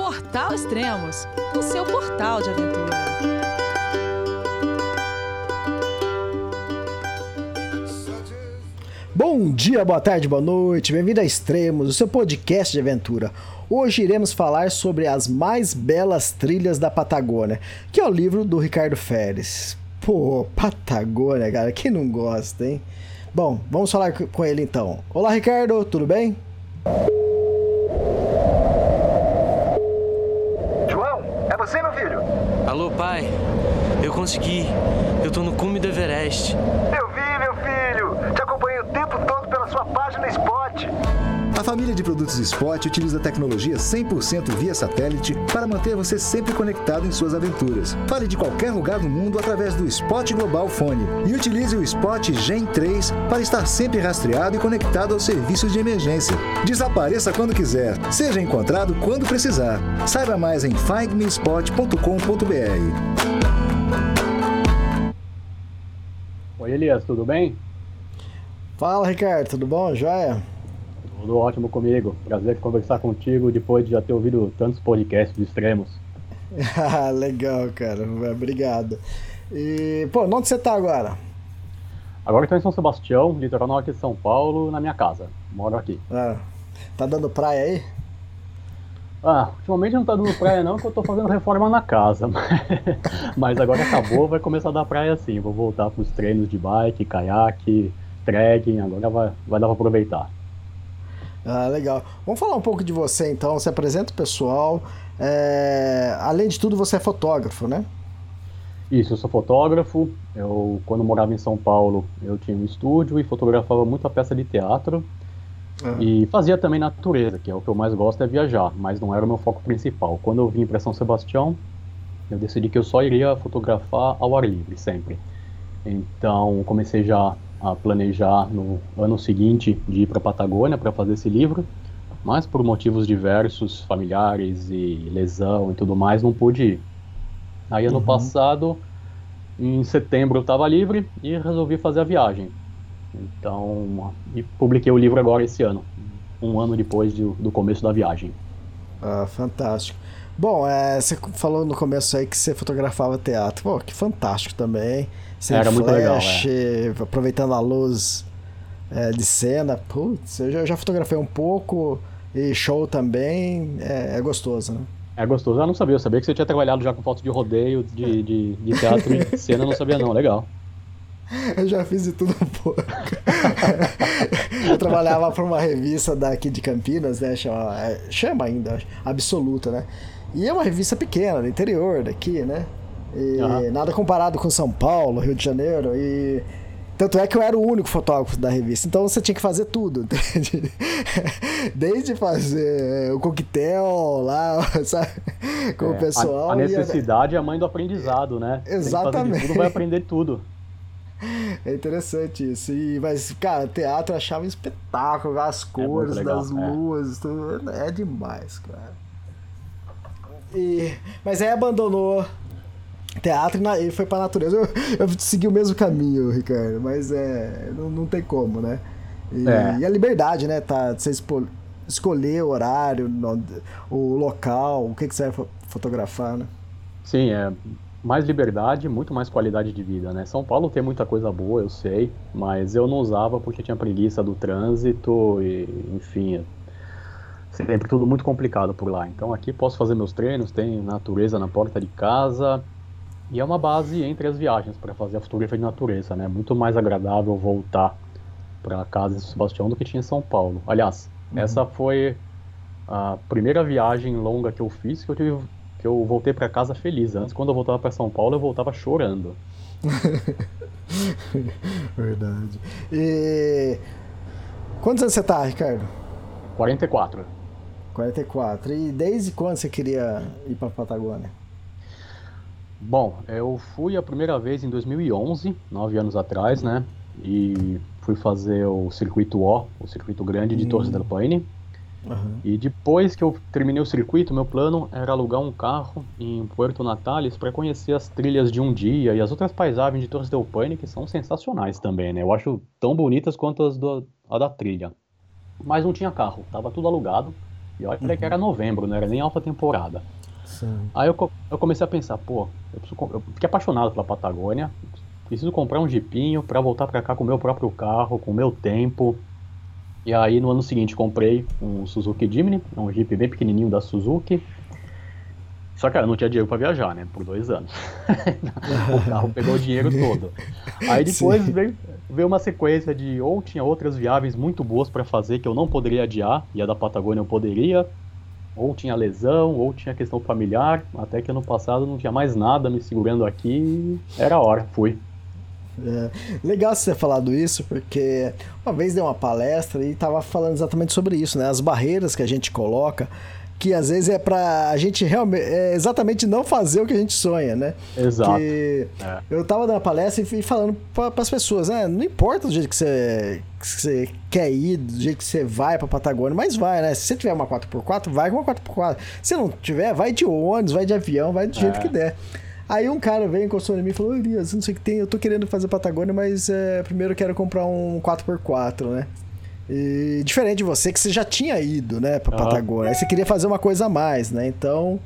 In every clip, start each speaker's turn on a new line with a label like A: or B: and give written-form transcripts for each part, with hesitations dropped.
A: Portal Extremos, o seu portal de aventura.
B: Bom dia, boa tarde, boa noite, bem-vindo a Extremos, o seu podcast de aventura. Hoje iremos falar sobre as mais belas trilhas da Patagônia, que é o livro do Ricardo Feres. Pô, Patagônia, cara, quem não gosta, hein? Bom, vamos falar com ele então. Olá, Ricardo, tudo bem?
C: João, é você, meu filho?
D: Alô, pai, eu consegui. Eu tô no cume do Everest.
C: Eu vi, meu filho. Te acompanhei o tempo todo pela sua página Spot.
E: A família de produtos Spot utiliza tecnologia 100% via satélite para manter você sempre conectado em suas aventuras. Fale de qualquer lugar do mundo através do Spot Global Fone e utilize o Spot Gen 3 para estar sempre rastreado e conectado aos serviços de emergência. Desapareça quando quiser, seja encontrado quando precisar. Saiba mais em findmespot.com.br.
F: Oi, Elias, tudo bem?
B: Fala, Ricardo, tudo bom? Joia?
F: Tudo ótimo comigo. Prazer conversar contigo depois de já ter ouvido tantos podcasts de extremos.
B: Legal, cara. Obrigado. E, pô, onde você tá agora?
F: Agora estou em São Sebastião, litoral norte de São Paulo, na minha casa. Moro aqui.
B: Tá dando praia aí?
F: Ultimamente não tá dando praia não, porque eu tô fazendo reforma na casa. Mas agora acabou, vai começar a dar praia sim. Vou voltar pros treinos de bike, caiaque, trekking, agora vai dar pra aproveitar.
B: Legal. Vamos falar um pouco de você então. Você apresenta o pessoal. Além de tudo, você é fotógrafo, né?
F: Isso, eu sou fotógrafo. Quando morava em São Paulo, eu tinha um estúdio e fotografava muita peça de teatro. E fazia também natureza, que é o que eu mais gosto, é viajar, mas não era o meu foco principal. Quando eu vim para São Sebastião, eu decidi que eu só iria fotografar ao ar livre, sempre. Então, comecei já a planejar no ano seguinte de ir para a Patagônia para fazer esse livro, mas por motivos diversos, familiares e lesão e tudo mais, não pude ir. Aí ano passado, em setembro eu estava livre e resolvi fazer a viagem. Então, e publiquei o livro agora esse ano, um ano depois do começo da viagem.
B: Fantástico. Bom, você falou no começo aí que você fotografava teatro. Pô, que fantástico também. Sem
F: Era
B: flash,
F: muito legal,
B: aproveitando a luz de cena. Putz, eu já fotografei um pouco e show também. É gostoso, né?
F: É gostoso. Eu sabia que você tinha trabalhado já com fotos de rodeio, de teatro e cena, eu não sabia não, legal.
B: Eu já fiz de tudo um pouco. Eu trabalhava para uma revista daqui de Campinas, né? Chama ainda, Absoluta, né? E é uma revista pequena, do interior daqui, né? E nada comparado com São Paulo, Rio de Janeiro. E tanto é que eu era o único fotógrafo da revista. Então você tinha que fazer tudo, entende? Desde fazer o coquetel lá, sabe? Com o pessoal.
F: A necessidade é a mãe do aprendizado, né?
B: Exatamente.
F: Tem que fazer de tudo, vai aprender tudo.
B: É interessante isso. Mas, cara, teatro eu achava um espetáculo, as cores das luzes, tudo. É demais, cara. Mas aí abandonou teatro e foi pra natureza. Eu segui o mesmo caminho, Ricardo, mas não tem como, né? E a liberdade, né? Você escolher o horário, o local, o que você vai fotografar, né?
F: Sim, mais liberdade, muito mais qualidade de vida, né? São Paulo tem muita coisa boa, eu sei, mas eu não usava porque tinha preguiça do trânsito e, enfim, sempre tudo muito complicado por lá. Então aqui posso fazer meus treinos, tem natureza na porta de casa e é uma base entre as viagens para fazer a fotografia de natureza, né? Muito mais agradável voltar para casa em São Sebastião do que tinha em São Paulo. Aliás, essa foi a primeira viagem longa que eu fiz que eu voltei para casa feliz. Antes, quando eu voltava para São Paulo, eu voltava chorando.
B: Verdade. E quantos anos você tá, Ricardo?
F: 44.
B: 44. E desde quando você queria ir para Patagônia?
F: Bom, eu fui a primeira vez em 2011, 9 anos atrás, né? E fui fazer o circuito o circuito grande de Torres del Paine. E depois que eu terminei o circuito, meu plano era alugar um carro em Puerto Natales para conhecer as trilhas de um dia e as outras paisagens de Torres del Paine, que são sensacionais também, né? Eu acho tão bonitas quanto a da trilha. Mas não tinha carro, tava tudo alugado. E olha que era novembro, não era nem alta temporada.
B: Sim.
F: Aí eu comecei a pensar, pô, eu fiquei apaixonado pela Patagônia, preciso comprar um jipinho pra voltar pra cá com o meu próprio carro, com o meu tempo. E aí no ano seguinte comprei um Suzuki Jimny, um Jeep bem pequenininho da Suzuki. Só que eu não tinha dinheiro pra viajar, né, por 2 anos. O carro pegou o dinheiro todo. Aí depois veio uma sequência de, ou tinha outras viagens muito boas pra fazer que eu não poderia adiar, e a da Patagônia eu poderia, ou tinha lesão, ou tinha questão familiar, até que ano passado não tinha mais nada me segurando aqui, era a hora, fui.
B: Legal você ter falado isso, porque uma vez dei uma palestra e estava falando exatamente sobre isso, né? As barreiras que a gente coloca, que às vezes é pra a gente realmente exatamente não fazer o que a gente sonha, né?
F: Exato.
B: Eu tava dando uma palestra e falando para as pessoas, né? Não importa do jeito que você quer ir, do jeito que você vai pra Patagônia, mas vai, né? Se você tiver uma 4x4, vai com uma 4x4. Se não tiver, vai de ônibus, vai de avião, vai do jeito que der. Aí um cara veio, encostou em mim e falou: Elias, não sei o que tem, eu tô querendo fazer Patagônia, mas primeiro eu quero comprar um 4x4, né? E diferente de você, que você já tinha ido, né, pra Patagônia. Aí você queria fazer uma coisa a mais, né? Então,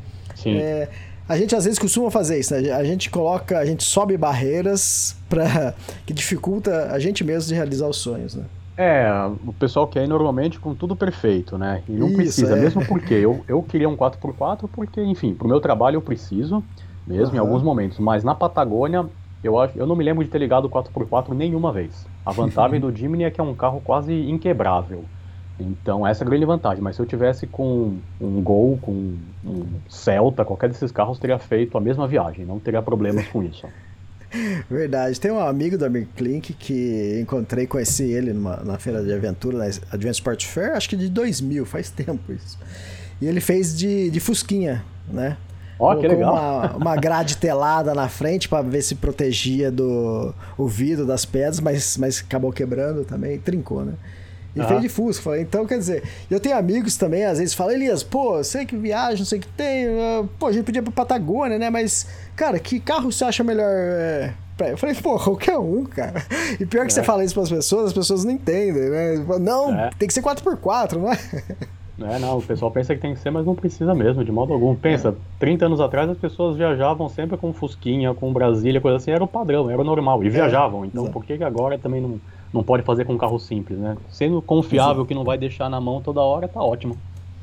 B: a gente às vezes costuma fazer isso, né? A gente sobe barreiras que dificulta a gente mesmo de realizar os sonhos, né?
F: O pessoal quer ir normalmente com tudo perfeito, né? E não precisa, mesmo porque eu queria um 4x4 porque, enfim, pro meu trabalho eu preciso, mesmo em alguns momentos, mas na Patagônia eu não me lembro de ter ligado o 4x4 nenhuma vez. A vantagem do Jimny é que é um carro quase inquebrável, então essa é a grande vantagem, mas se eu tivesse com um Gol, com um Celta, qualquer desses carros teria feito a mesma viagem, não teria problemas com isso.
B: Verdade. Tem um amigo do Amir Klink que conheci ele na feira de aventura, na Advance Sport Fair, acho que de 2000, faz tempo isso. E ele fez de Fusquinha, né?
F: Que legal.
B: Uma grade telada na frente para ver se protegia o vidro das pedras, mas acabou quebrando também, trincou, né? E fez de Fusca. Então, quer dizer, eu tenho amigos também, às vezes falam: Elias, pô, sei que viaja, não sei o que tem, pô, a gente podia ir pra Patagônia, né? Mas, cara, que carro você acha melhor Eu falei: pô, qualquer um, cara. E pior que você fala isso pras pessoas, as pessoas não entendem, né? Não, tem que ser 4x4, não é?
F: Não, o pessoal pensa que tem que ser, mas não precisa mesmo, de modo algum. Pensa, 30 anos atrás as pessoas viajavam sempre com Fusquinha, com Brasília, coisa assim, era o padrão, era o normal, e viajavam. Então por que agora também não pode fazer com um carro simples, né? Sendo confiável, que não vai deixar na mão toda hora, tá ótimo.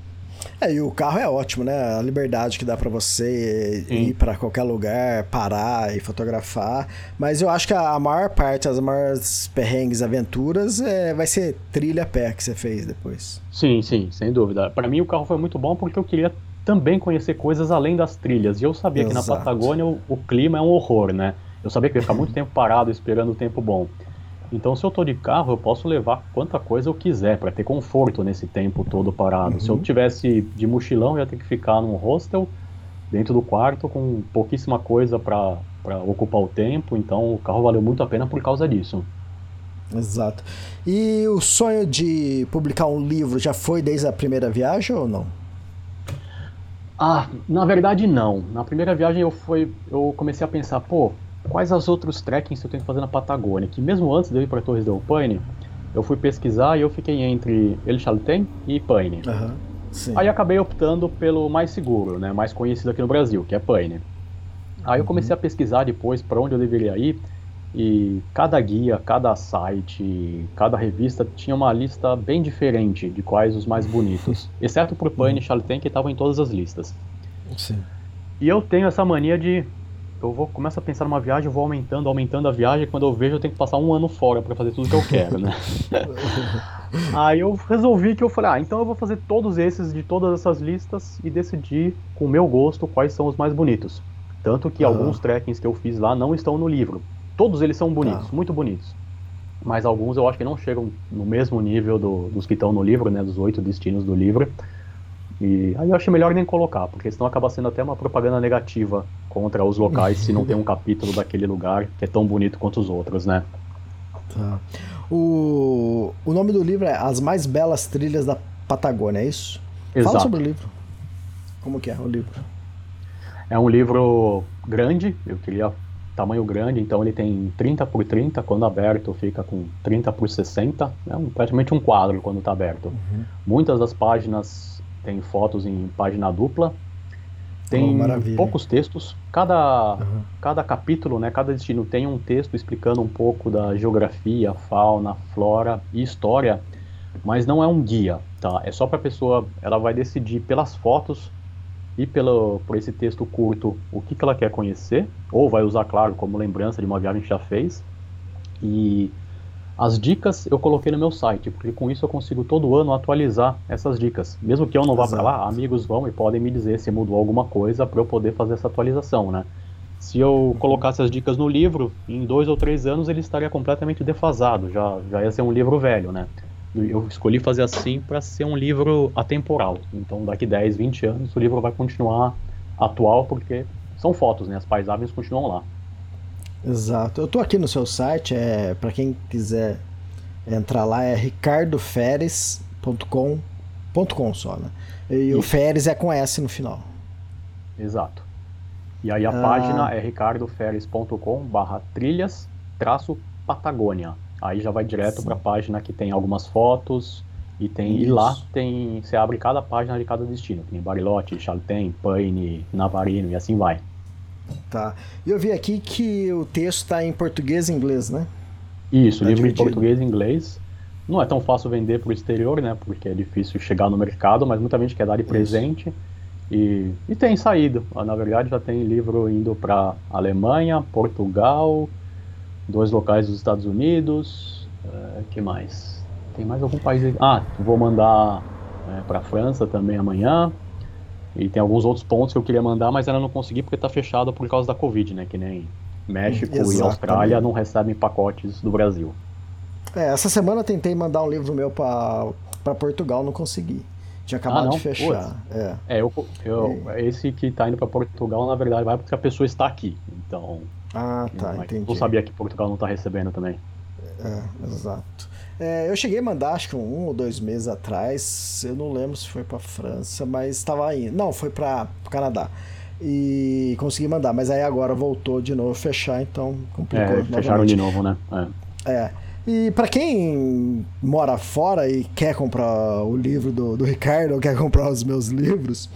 B: E o carro é ótimo, né? A liberdade que dá pra você ir pra qualquer lugar, parar e fotografar. Mas eu acho que a maior parte, as maiores perrengues, aventuras, vai ser trilha a pé que você fez depois.
F: Sim, sem dúvida. Pra mim o carro foi muito bom porque eu queria também conhecer coisas além das trilhas. E eu sabia que na Patagônia o clima é um horror, né? Eu sabia que eu ia ficar muito tempo parado esperando o tempo bom. Então, se eu tô de carro, eu posso levar quanta coisa eu quiser para ter conforto nesse tempo todo parado. Se eu tivesse de mochilão, eu ia ter que ficar num hostel, dentro do quarto, com pouquíssima coisa para ocupar o tempo. Então, o carro valeu muito a pena por causa disso.
B: Exato. E o sonho de publicar um livro já foi desde a primeira viagem ou não?
F: Na verdade, não. Na primeira viagem eu comecei a pensar, quais os outros trekkings que eu tenho que fazer na Patagônia? Que mesmo antes de eu ir para Torres del Paine, eu fui pesquisar e eu fiquei entre El Chaltén e Paine. Aí acabei optando pelo mais seguro, né, mais conhecido aqui no Brasil, que é Paine. Aí eu comecei a pesquisar depois para onde eu deveria ir, e cada guia, cada site, cada revista tinha uma lista bem diferente de quais os mais bonitos, exceto por Paine e Chaltén, que estavam em todas as listas. E eu tenho essa mania de começo a pensar numa viagem, eu vou aumentando a viagem, e quando eu vejo eu tenho que passar 1 ano fora para fazer tudo que eu quero, né? Aí eu resolvi que eu falei, então eu vou fazer todos esses, de todas essas listas, e decidir com o meu gosto quais são os mais bonitos. Tanto que alguns trekkings que eu fiz lá não estão no livro. Todos eles são bonitos, muito bonitos. Mas alguns eu acho que não chegam no mesmo nível dos que estão no livro, né? Dos 8 destinos do livro. E aí eu acho melhor nem colocar, porque senão acaba sendo até uma propaganda negativa contra os locais se não tem um capítulo daquele lugar que é tão bonito quanto os outros, né?
B: O nome do livro é As Mais Belas Trilhas da Patagônia, é isso?
F: Exato.
B: Fala sobre o livro. Como que é o livro?
F: É um livro grande, eu queria tamanho grande, então ele tem 30 por 30, quando aberto fica com 30 por 60, é praticamente um quadro quando está aberto. Muitas das páginas tem fotos em página dupla, tem poucos textos, cada capítulo, né, cada destino tem um texto explicando um pouco da geografia, fauna, flora e história, mas não é um guia, tá? É só para a pessoa, ela vai decidir pelas fotos e por esse texto curto o que ela quer conhecer, ou vai usar, claro, como lembrança de uma viagem que já fez. E as dicas eu coloquei no meu site, porque com isso eu consigo todo ano atualizar essas dicas. Mesmo que eu não vá para lá, amigos vão e podem me dizer se mudou alguma coisa para eu poder fazer essa atualização, né? Se eu colocasse as dicas no livro, em 2 ou 3 anos ele estaria completamente defasado, já ia ser um livro velho, né? Eu escolhi fazer assim para ser um livro atemporal. Então daqui 10, 20 anos o livro vai continuar atual, porque são fotos, né? As paisagens continuam lá.
B: Exato. Eu tô aqui no seu site, para quem quiser entrar lá, é ricardoferes.com só, né? E o Feres é com S no final.
F: Exato. E aí a página é ricardoferes.com/trilhas-Patagônia. Aí já vai direto para a página que tem algumas fotos e lá você abre cada página de cada destino. Tem Bariloche, Chaltén, Paine, Navarino e assim vai.
B: Tá. E eu vi aqui que o texto está em português e inglês, né?
F: Isso, livro em português e inglês. Não é tão fácil vender para o exterior, né? Porque é difícil chegar no mercado, mas muita gente quer dar de presente. E tem saído. Na verdade já tem livro indo para Alemanha, Portugal, 2 locais dos Estados Unidos. Que mais? Tem mais algum país aí? Vou mandar para a França também amanhã. E tem alguns outros pontos que eu queria mandar, mas ainda não consegui porque está fechado por causa da Covid, né? Que nem México e Austrália não recebem pacotes do Brasil.
B: Essa semana eu tentei mandar um livro meu para Portugal, não consegui. Tinha acabado de fechar. Esse que está indo para Portugal, na verdade, vai porque a pessoa está aqui. Então. Entendi.
F: Eu sabia que Portugal não está recebendo também.
B: Exato. Eu cheguei a mandar, acho que 1 ou 2 meses atrás, eu não lembro se foi pra França, mas estava indo. Não, foi para o Canadá. E consegui mandar, mas aí agora voltou de novo a fechar, então complicou.
F: Fecharam de novo, né?
B: E para quem mora fora e quer comprar o livro do Ricardo, ou quer comprar os meus livros,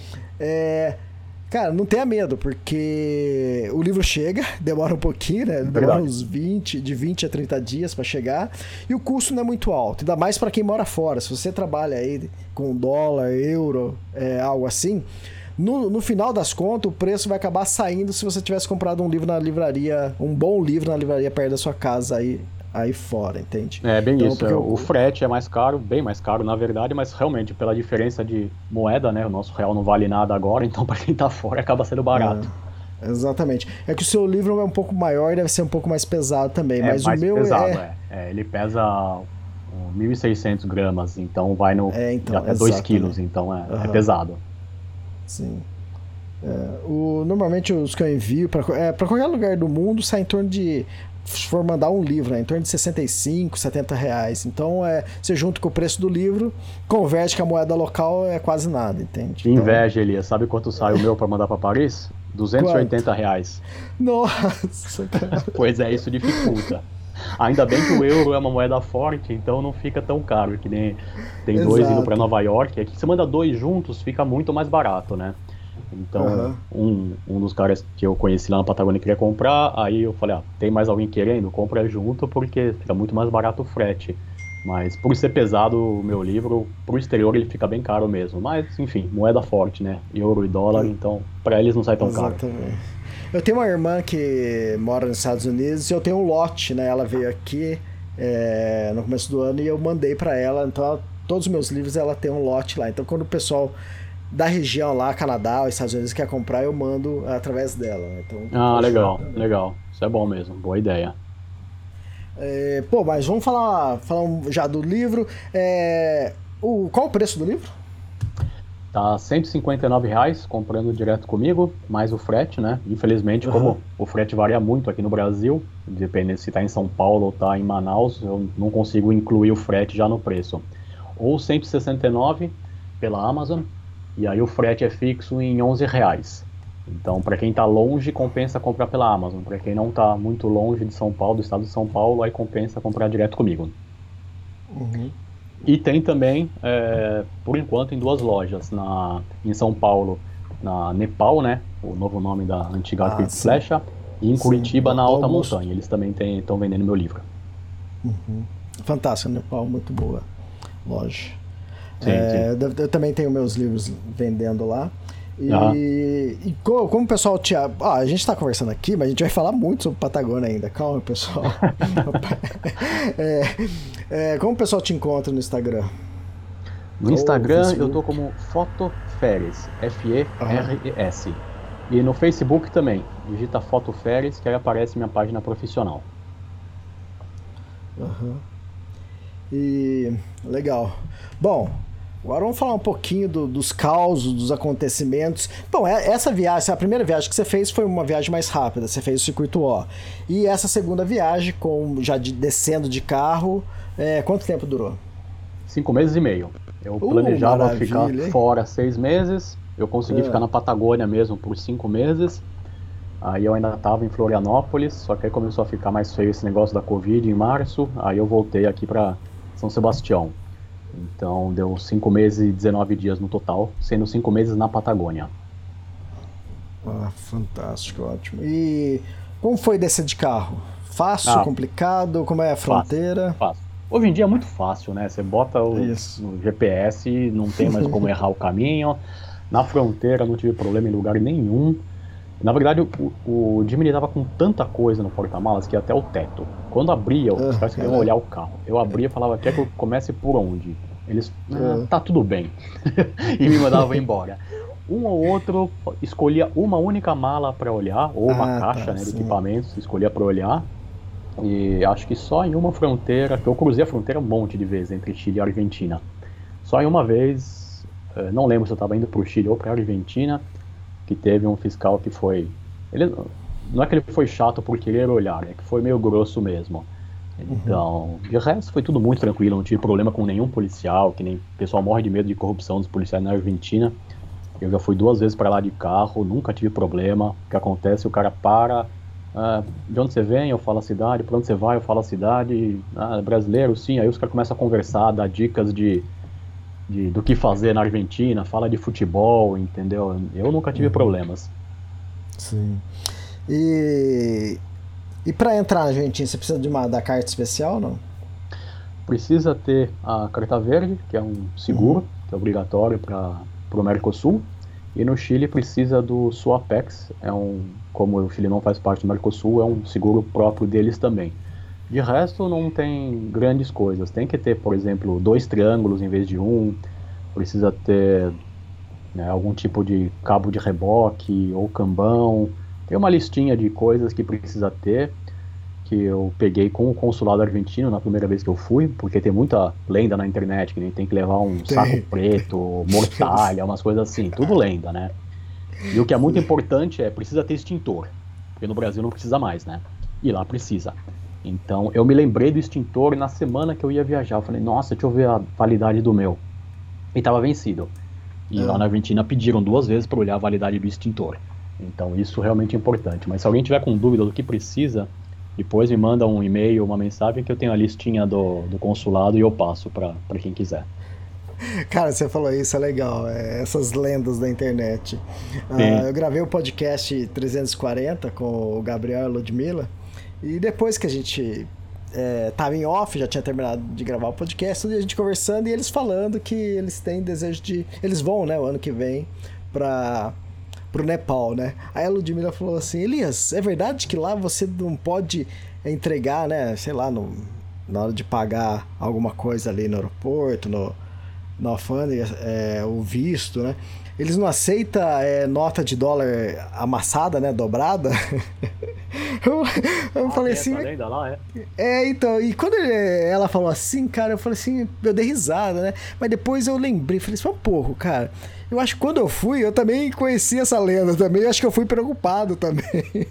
B: cara, não tenha medo, porque o livro chega, demora um pouquinho, né? Demora uns 20 a 30 dias para chegar, e o custo não é muito alto, ainda mais para quem mora fora. Se você trabalha aí com dólar, euro, algo assim, no final das contas, o preço vai acabar saindo se você tivesse comprado um livro na livraria, um bom livro na livraria perto da sua casa aí fora, entende?
F: Bem então, isso. O frete é mais caro, bem mais caro na verdade, mas realmente pela diferença de moeda, né? O nosso real não vale nada agora, então para quem tá fora acaba sendo barato.
B: Exatamente. É que o seu livro é um pouco maior e deve ser um pouco mais pesado também, mas
F: mais
B: o meu
F: pesado, ele pesa 1.600 gramas, então vai até 2 quilos, então é pesado.
B: Sim. Normalmente os que eu envio para qualquer lugar do mundo sai em torno de, se for mandar um livro, em torno de 65, 70 reais. Então, você junta com o preço do livro, converte que a moeda local é quase nada, entende?
F: Inveja, Elias. Sabe quanto sai o meu para mandar para Paris? 280 reais.
B: Nossa, cara.
F: Pois isso dificulta. Ainda bem que o euro é uma moeda forte, então não fica tão caro, que nem tem 2 indo para Nova York. Aqui você manda 2 juntos, fica muito mais barato, né? Então, um dos caras que eu conheci lá na Patagônia queria comprar, aí eu falei, tem mais alguém querendo? Compra junto, porque fica muito mais barato o frete. Mas por ser pesado o meu livro, pro exterior ele fica bem caro mesmo. Mas, enfim, moeda forte, né? Euro e dólar, então pra eles não sai tão caro.
B: Eu tenho uma irmã que mora nos Estados Unidos e eu tenho um lote, né? Ela veio aqui no começo do ano e eu mandei pra ela. Então, todos os meus livros ela tem um lote lá. Então, quando o pessoal da região lá, Canadá, os Estados Unidos, quer comprar, eu mando através dela. Então,
F: legal. Isso é bom mesmo, boa ideia.
B: Mas vamos falar já do livro. Qual o preço do livro?
F: Tá R$159 comprando direto comigo, mais o frete, né? Infelizmente, como o frete varia muito aqui no Brasil, dependendo se tá em São Paulo ou tá em Manaus, eu não consigo incluir o frete já no preço. Ou R$169 pela Amazon, e aí o frete é fixo em R$11. Então, para quem está longe, compensa comprar pela Amazon. Para quem não está muito longe de São Paulo, do estado de São Paulo, aí compensa comprar direto comigo. E tem também, por enquanto, em 2 lojas, em São Paulo, na Nepal, né, o novo nome da antiga Arco e Flecha, e em Curitiba, na Alta Montanha. Eles também estão vendendo meu livro.
B: Fantástico, Nepal, muito boa loja.
F: Sim.
B: Eu também tenho meus livros vendendo lá. E como o pessoal a gente está conversando aqui, mas a gente vai falar muito sobre Patagônia ainda. Calma, pessoal. Como o pessoal te encontra no Instagram?
F: No Instagram eu tô como Fotoferes, F-E-R-E-S. E no Facebook também, digita Fotoferes, que aí aparece minha página profissional.
B: E legal. Bom, agora vamos falar um pouquinho dos causos, dos acontecimentos. Bom, essa viagem, a primeira viagem que você fez foi uma viagem mais rápida, você fez o circuito O. E essa segunda viagem, descendo de carro, quanto tempo durou?
F: 5 meses e meio. Eu planejava ficar fora 6 meses, eu consegui ficar na Patagônia mesmo por 5 meses. Aí eu ainda estava em Florianópolis, só que aí começou a ficar mais feio esse negócio da Covid em março, aí eu voltei aqui para São Sebastião. Então deu 5 meses e 19 dias no total, sendo 5 meses na Patagônia.
B: Fantástico, ótimo. E como foi descer de carro? Fácil, complicado? Como é a fronteira?
F: Fácil. Hoje em dia é muito fácil, né? Você bota no GPS, não tem mais como errar o caminho. Na fronteira não tive problema em lugar nenhum. Na verdade, o Jimmy estava com tanta coisa no porta-malas que ia até o teto. Quando abria, os caras queriam olhar o carro. Eu abria e falava, quer que eu comece por onde? Eles, tá tudo bem. E me mandavam embora. Um ou outro escolhia uma única mala para olhar, ou uma caixa de equipamentos, escolhia para olhar. E acho que só em uma fronteira, que eu cruzei a fronteira um monte de vezes entre Chile e Argentina. Só em uma vez, não lembro se eu estava indo para o Chile ou para a Argentina, que teve um fiscal que foi... não é que ele foi chato por querer olhar, é que foi meio grosso mesmo. Então, de resto foi tudo muito tranquilo, não tive problema com nenhum policial, que nem o pessoal morre de medo de corrupção dos policiais na Argentina. Eu já fui 2 vezes para lá de carro, nunca tive problema. O que acontece, o cara para... de onde você vem? Eu falo a cidade. Para onde você vai? Eu falo a cidade. Brasileiro? Sim. Aí os caras começam a conversar, dar dicas do que fazer na Argentina, fala de futebol, entendeu? Eu nunca tive problemas.
B: Sim. E para entrar na Argentina, você precisa da carta especial ou não?
F: Precisa ter a carta verde, que é um seguro, que é obrigatório para o Mercosul. E no Chile precisa do Suapex, como o Chile não faz parte do Mercosul, é um seguro próprio deles também. De resto não tem grandes coisas, tem que ter, por exemplo, 2 triângulos em vez de 1, precisa ter algum tipo de cabo de reboque ou cambão, tem uma listinha de coisas que precisa ter, que eu peguei com o consulado argentino na primeira vez que eu fui, porque tem muita lenda na internet, que nem tem que levar um saco preto, mortalha, umas coisas assim, tudo lenda, né? E o que é muito importante precisa ter extintor, porque no Brasil não precisa mais, né? E lá precisa. Então eu me lembrei do extintor na semana que eu ia viajar, eu falei, nossa, deixa eu ver a validade do meu. E estava vencido. E lá na Argentina pediram 2 vezes para olhar a validade do extintor. Então isso realmente é importante. Mas se alguém tiver com dúvida do que precisa, depois me manda um e-mail, uma mensagem que eu tenho a listinha do consulado e eu passo para quem quiser.
B: Cara, você falou isso, é legal, essas lendas da internet. Eu gravei o podcast 340 com o Gabriel e a Ludmilla, e depois que a gente tava em off, já tinha terminado de gravar o podcast, e a gente conversando, e eles falando que eles têm desejo de... Eles vão, né, o ano que vem, pro Nepal, né? Aí a Ludmilla falou assim, Elias, é verdade que lá você não pode entregar, né, sei lá, na hora de pagar alguma coisa ali no aeroporto, na alfândega, o visto, né? Eles não aceitam nota de dólar amassada, né? Dobrada. eu falei assim...
F: Lá,
B: então, e quando ela falou assim, cara, eu falei assim, eu dei risada, né? Mas depois eu lembrei, falei assim, porra, cara, eu acho que quando eu fui, eu também conheci essa lenda também, eu acho que eu fui preocupado também.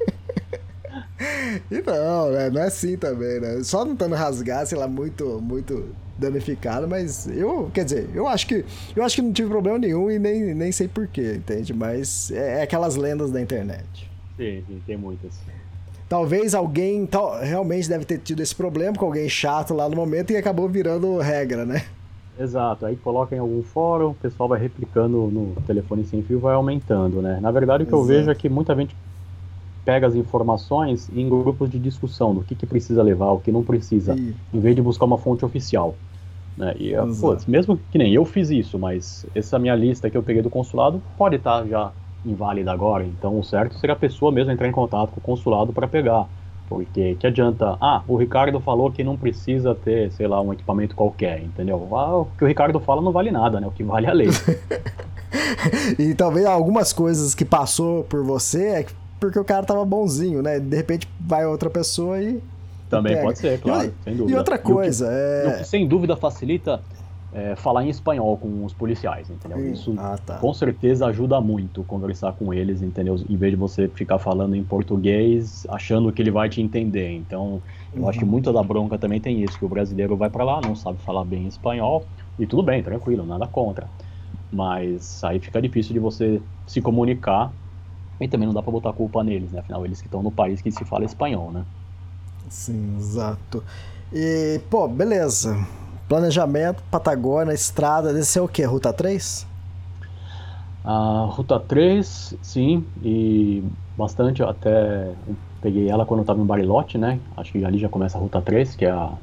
B: E não é assim também, né? Só não tentando rasgar, sei lá, muito danificado, mas eu acho que não tive problema nenhum e nem sei porquê, entende? Mas é aquelas lendas da internet.
F: Sim, tem muitas.
B: talvez alguém realmente deve ter tido esse problema com alguém chato lá no momento e acabou virando regra, né?
F: Exato, aí coloca em algum fórum, o pessoal vai replicando no telefone sem fio, vai aumentando, né? Na verdade, o que eu vejo é que muita gente pega as informações em grupos de discussão do que precisa levar, o que não precisa, em vez de buscar uma fonte oficial, né? E, putz, mesmo que nem eu fiz isso, mas essa minha lista que eu peguei do consulado pode estar já inválida agora, então o certo seria a pessoa mesmo entrar em contato com o consulado para pegar. Porque que adianta, o Ricardo falou que não precisa ter, sei lá, um equipamento qualquer, entendeu? O que o Ricardo fala não vale nada, né? O que vale é a lei.
B: E talvez algumas coisas que passou por você é porque o cara tava bonzinho, né? De repente vai outra pessoa e
F: também
B: pega.
F: Pode ser, claro, sem dúvida.
B: E outra coisa,
F: o que sem dúvida facilita falar em espanhol com os policiais, entendeu? Isso com certeza ajuda muito conversar com eles, entendeu? Em vez de você ficar falando em português achando que ele vai te entender. Então, eu acho que muita da bronca também tem isso, que o brasileiro vai pra lá, não sabe falar bem espanhol, e tudo bem, tranquilo, nada contra. Mas aí fica difícil de você se comunicar, e também não dá pra botar a culpa neles, né? Afinal, eles que estão no país que se fala espanhol, né?
B: Sim, exato. E, pô, beleza. Planejamento, Patagônia, estrada, esse é o quê? Ruta 3?
F: A Ruta 3, sim, e bastante, até eu peguei ela quando eu estava em Bariloche, né? Acho que ali já começa a Ruta 3, que é a...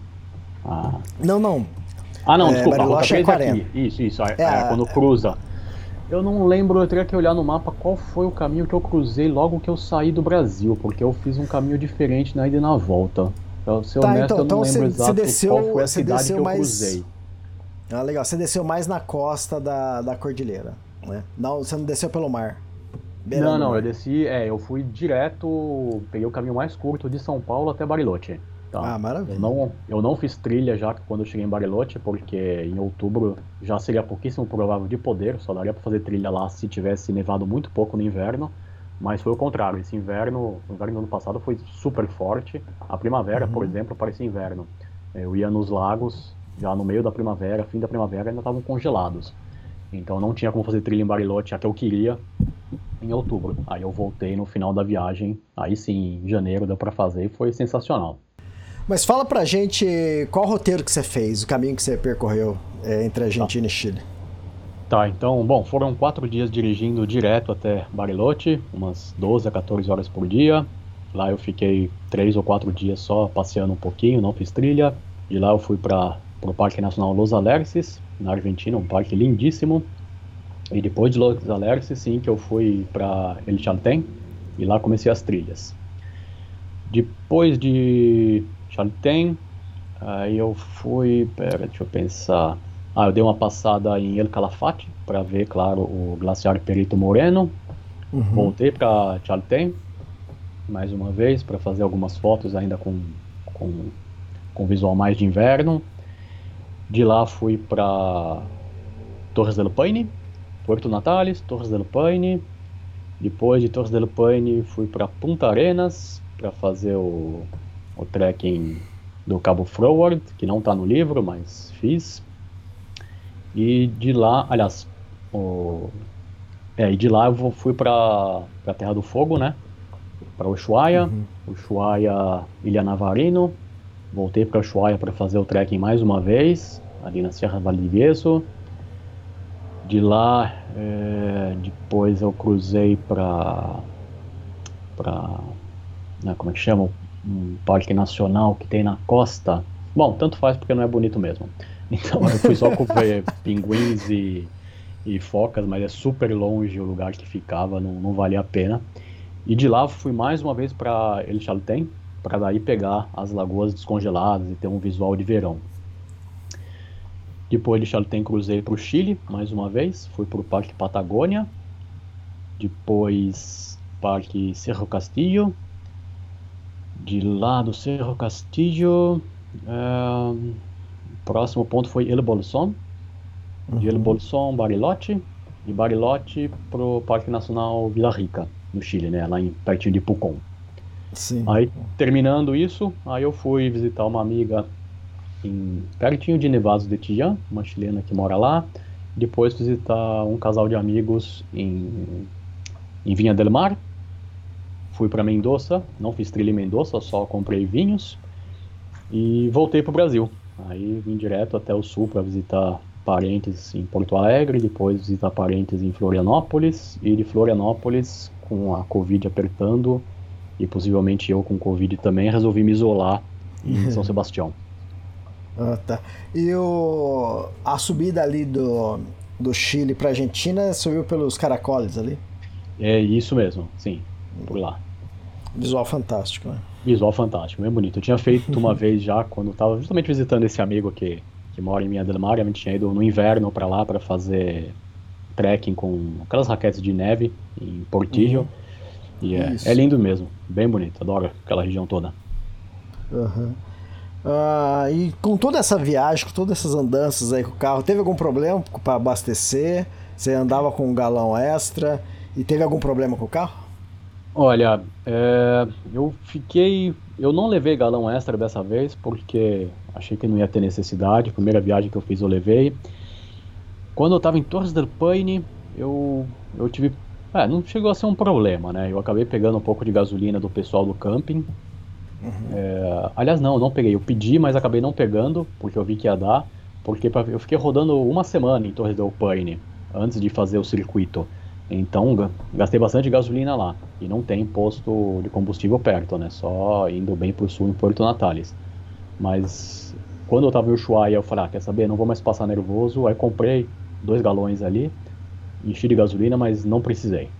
B: Não.
F: Desculpa,
B: Bariloche
F: a Ruta 3
B: é 40.
F: Aqui. Isso, quando cruza. Eu não lembro, eu teria que olhar no mapa qual foi o caminho que eu cruzei logo que eu saí do Brasil, porque eu fiz um caminho diferente na ida e na volta. Pra ser honesto, eu não lembro exato qual foi a cidade que eu cruzei.
B: Legal, você desceu mais na costa da cordilheira, né? Não, você não desceu pelo mar.
F: Não, eu desci, eu fui direto, peguei o caminho mais curto de São Paulo até Bariloche. Tá?
B: Maravilha.
F: Eu não fiz trilha já quando eu cheguei em Bariloche, porque em outubro já seria pouquíssimo provável de poder, só daria para fazer trilha lá se tivesse nevado muito pouco no inverno, mas foi o contrário, o inverno do ano passado foi super forte, a primavera, por exemplo, parecia inverno. Eu ia nos lagos, já no meio da primavera, fim da primavera, ainda estavam congelados, então não tinha como fazer trilha em Bariloche, a que eu queria, em outubro. Aí eu voltei no final da viagem, aí sim, em janeiro deu para fazer e foi sensacional.
B: Mas fala pra gente qual roteiro que você fez, o caminho que você percorreu entre Argentina e Chile.
F: Tá, então, foram 4 dias dirigindo direto até Bariloche, umas 12 a 14 horas por dia. Lá eu fiquei 3 ou 4 dias só passeando um pouquinho, não fiz trilha. De lá eu fui para o Parque Nacional Los Alerces, na Argentina, um parque lindíssimo. E depois de Los Alerces, sim, que eu fui para El Chaltén, e lá comecei as trilhas. Depois de Chaltén, aí eu fui, deixa eu pensar, eu dei uma passada em El Calafate para ver, claro, o glaciar Perito Moreno. Voltei para Chaltén mais uma vez para fazer algumas fotos ainda com visual mais de inverno. De lá fui para Torres del Paine, Puerto Natales, Torres del Paine. Depois de Torres del Paine fui para Punta Arenas para fazer o trekking do Cabo Froward, que não está no livro, mas fiz. E de lá, aliás, de lá eu fui para a Terra do Fogo, né? Para Ushuaia, Ushuaia, Ilha Navarino. Voltei para Ushuaia para fazer o trekking mais uma vez, ali na Serra Valdivieso. De lá, depois eu cruzei para como é que chama? Um parque nacional que tem na costa. Bom, tanto faz porque não é bonito mesmo. Então eu fui só ver pinguins e focas, mas é super longe o lugar que ficava, não valia a pena. E de lá fui mais uma vez para El Chaltén, para daí pegar as lagoas descongeladas e ter um visual de verão. Depois de Chaltén cruzei para o Chile, mais uma vez, fui para o Parque Patagônia, depois Parque Cerro Castillo. De lá do Cerro Castillo, o próximo ponto foi El Bolsón. De El Bolsón, Bariloche. De Bariloche para o Parque Nacional Vila Rica, no Chile, né? Lá pertinho de Pucón.
B: Sim.
F: Aí, terminando isso, aí eu fui visitar uma amiga pertinho de Nevados de Chillán, uma chilena que mora lá. Depois visitar um casal de amigos em Viña del Mar. fui para Mendoza, não fiz trilha em Mendoza, só comprei vinhos e voltei para o Brasil. Aí vim direto até o sul para visitar parentes em Porto Alegre, depois visitar parentes em Florianópolis, e de Florianópolis, com a Covid apertando, e possivelmente eu com Covid também, resolvi me isolar em São Sebastião.
B: Tá. E a subida ali do Chile para Argentina subiu pelos Caracoles ali?
F: É isso mesmo, sim, por lá.
B: Visual fantástico, né?
F: Visual fantástico, bem bonito. Eu tinha feito uma vez já, quando estava justamente visitando esse amigo que mora em Villa del Mar. A gente tinha ido no inverno para lá para fazer trekking com aquelas raquetes de neve em Portillo. E é lindo mesmo, bem bonito, adoro aquela região toda.
B: E com toda essa viagem, com todas essas andanças aí com o carro, teve algum problema para abastecer? Você andava com um galão extra e teve algum problema com o carro?
F: Olha, eu não levei galão extra dessa vez porque achei que não ia ter necessidade. Primeira viagem que eu fiz eu levei. Quando eu estava em Torres del Paine, eu tive, não chegou a ser um problema, né? Eu acabei pegando um pouco de gasolina do pessoal do camping. Aliás, não peguei. Eu pedi, mas acabei não pegando porque eu vi que ia dar. Porque eu fiquei rodando uma semana em Torres del Paine antes de fazer o circuito. Então gastei bastante gasolina lá. E não tem posto de combustível perto, né? Só indo bem pro sul em Porto Natales. Mas quando eu tava em Ushuaia, eu falei, quer saber? Não vou mais passar nervoso. Aí comprei 2 galões ali, enchi de gasolina, mas não precisei.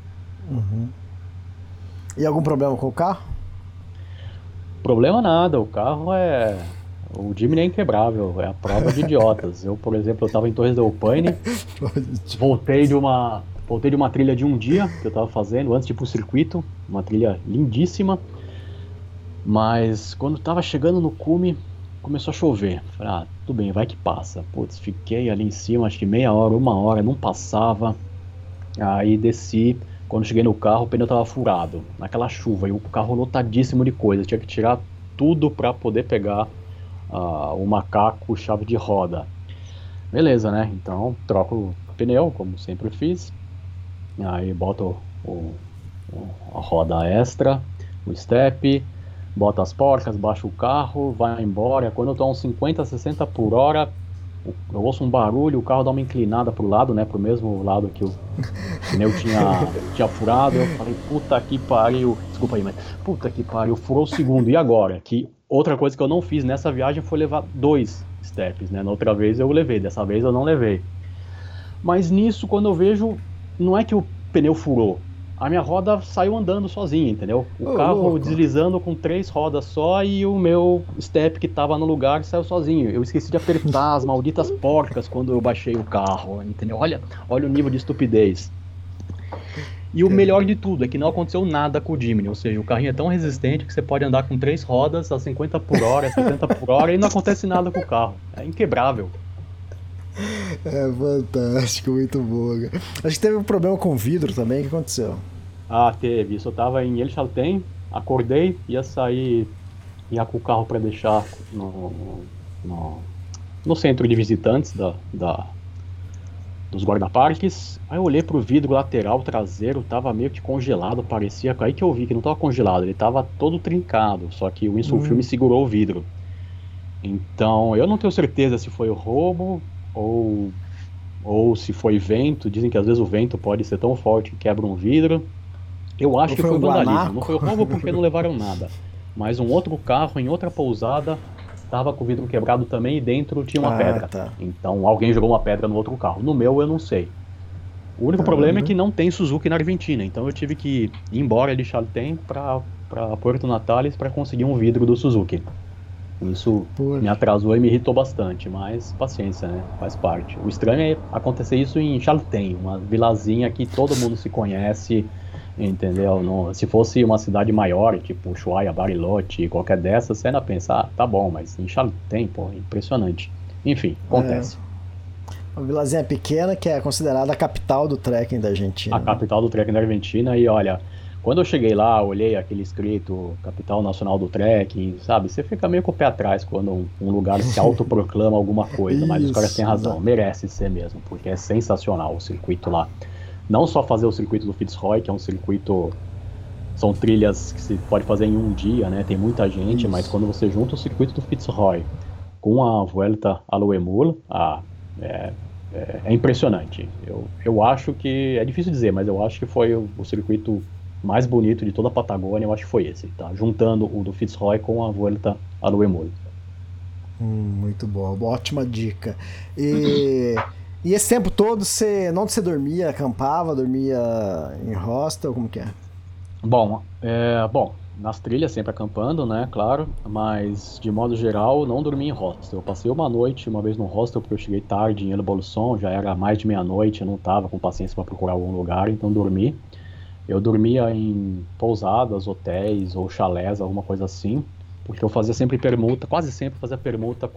B: E algum problema com o carro?
F: Problema nada, o carro o Jimny é inquebrável, é a prova de idiotas. Eu, por exemplo, eu tava em Torres del Paine, voltei de uma trilha de um dia que eu tava fazendo antes de ir pro circuito, uma trilha lindíssima, mas quando tava chegando no cume, começou a chover. Falei, tudo bem, vai que passa. Putz, fiquei ali em cima, acho que meia hora, 1 hora, não passava. Aí desci, quando cheguei no carro, o pneu tava furado, naquela chuva, e o carro lotadíssimo de coisa, tinha que tirar tudo para poder pegar o macaco, chave de roda. Beleza, né? Então troco o pneu, como sempre fiz. Aí boto a roda extra, o step, boto as porcas, baixo o carro, vai embora. Quando eu tô a uns 50, 60 por hora, eu ouço um barulho, o carro dá uma inclinada pro lado, né? Pro mesmo lado que o pneu tinha furado. Eu falei, puta que pariu. Desculpa aí, mas puta que pariu, furou o segundo. E agora? Que outra coisa que eu não fiz nessa viagem foi levar 2 steps, né? Na outra vez eu levei, dessa vez eu não levei. Mas nisso, quando eu vejo, não é que o pneu furou, a minha roda saiu andando sozinha, entendeu? O carro deslizando com 3 rodas só e o meu step que tava no lugar saiu sozinho. Eu esqueci de apertar as malditas porcas quando eu baixei o carro, entendeu? Olha o nível de estupidez. E o melhor de tudo é que não aconteceu nada com o Jimny, ou seja, o carrinho é tão resistente que você pode andar com 3 rodas a 50 por hora, 70 por hora e não acontece nada com o carro. É inquebrável.
B: É fantástico, muito bom. Acho que teve um problema com o vidro também, o que aconteceu?
F: Teve. Isso eu tava em El Chaltén, acordei, ia com o carro para deixar no centro de visitantes dos guarda-parques. Aí eu olhei pro vidro lateral traseiro, tava meio que congelado, parecia. Aí que eu vi que não tava congelado, ele tava todo trincado, só que o insulfilme segurou o vidro. Então eu não tenho certeza se foi o roubo ou se foi vento. Dizem que às vezes o vento pode ser tão forte que quebra um vidro. Eu acho que foi vandalismo. Não foi roubo porque não levaram nada. Mas um outro carro em outra pousada estava com o vidro quebrado também e dentro tinha uma pedra. Tá. Então alguém jogou uma pedra no outro carro. No meu eu não sei. O único problema é que não tem Suzuki na Argentina. Então eu tive que ir embora de Chaltén para Porto Natales para conseguir um vidro do Suzuki. Isso me atrasou e me irritou bastante, mas paciência, né? Faz parte. O estranho é acontecer isso em Chaltén, uma vilazinha que todo mundo se conhece, entendeu? Se fosse uma cidade maior, tipo Ushuaia, Bariloche, qualquer dessas, você ainda pensa, tá bom, mas em Chaltén, impressionante. Enfim, acontece.
B: Uma vilazinha pequena que é considerada a capital do trekking da Argentina.
F: A capital do trekking da Argentina. E olha, quando eu cheguei lá, olhei aquele escrito Capital Nacional do Trekking, sabe? Você fica meio com o pé atrás quando um lugar se autoproclama alguma coisa, mas os caras têm razão, merece ser mesmo, porque é sensacional o circuito lá. Não só fazer o circuito do Fitzroy, que é um circuito São trilhas que se pode fazer em um dia, né? Tem muita gente,
B: Isso.
F: mas quando você junta o circuito do Fitzroy com a Vuelta a Loemul, é impressionante. Eu acho que, é difícil dizer, mas eu acho que foi o circuito mais bonito de toda a Patagônia, eu acho que foi esse, tá? Juntando o do Fitzroy com a Vuelta a Loemul.
B: Muito boa, ótima dica. E esse tempo todo, onde você dormia? Acampava, dormia em hostel, como que é?
F: Bom, nas trilhas sempre acampando, né, claro, mas de modo geral não dormi em hostel. Eu passei uma noite, uma vez no hostel, porque eu cheguei tarde em El Bolson, já era mais de meia-noite, eu não estava com paciência para procurar algum lugar, então dormi. Eu dormia em pousadas, hotéis ou chalés, alguma coisa assim, porque eu fazia sempre permuta, quase sempre fazia permuta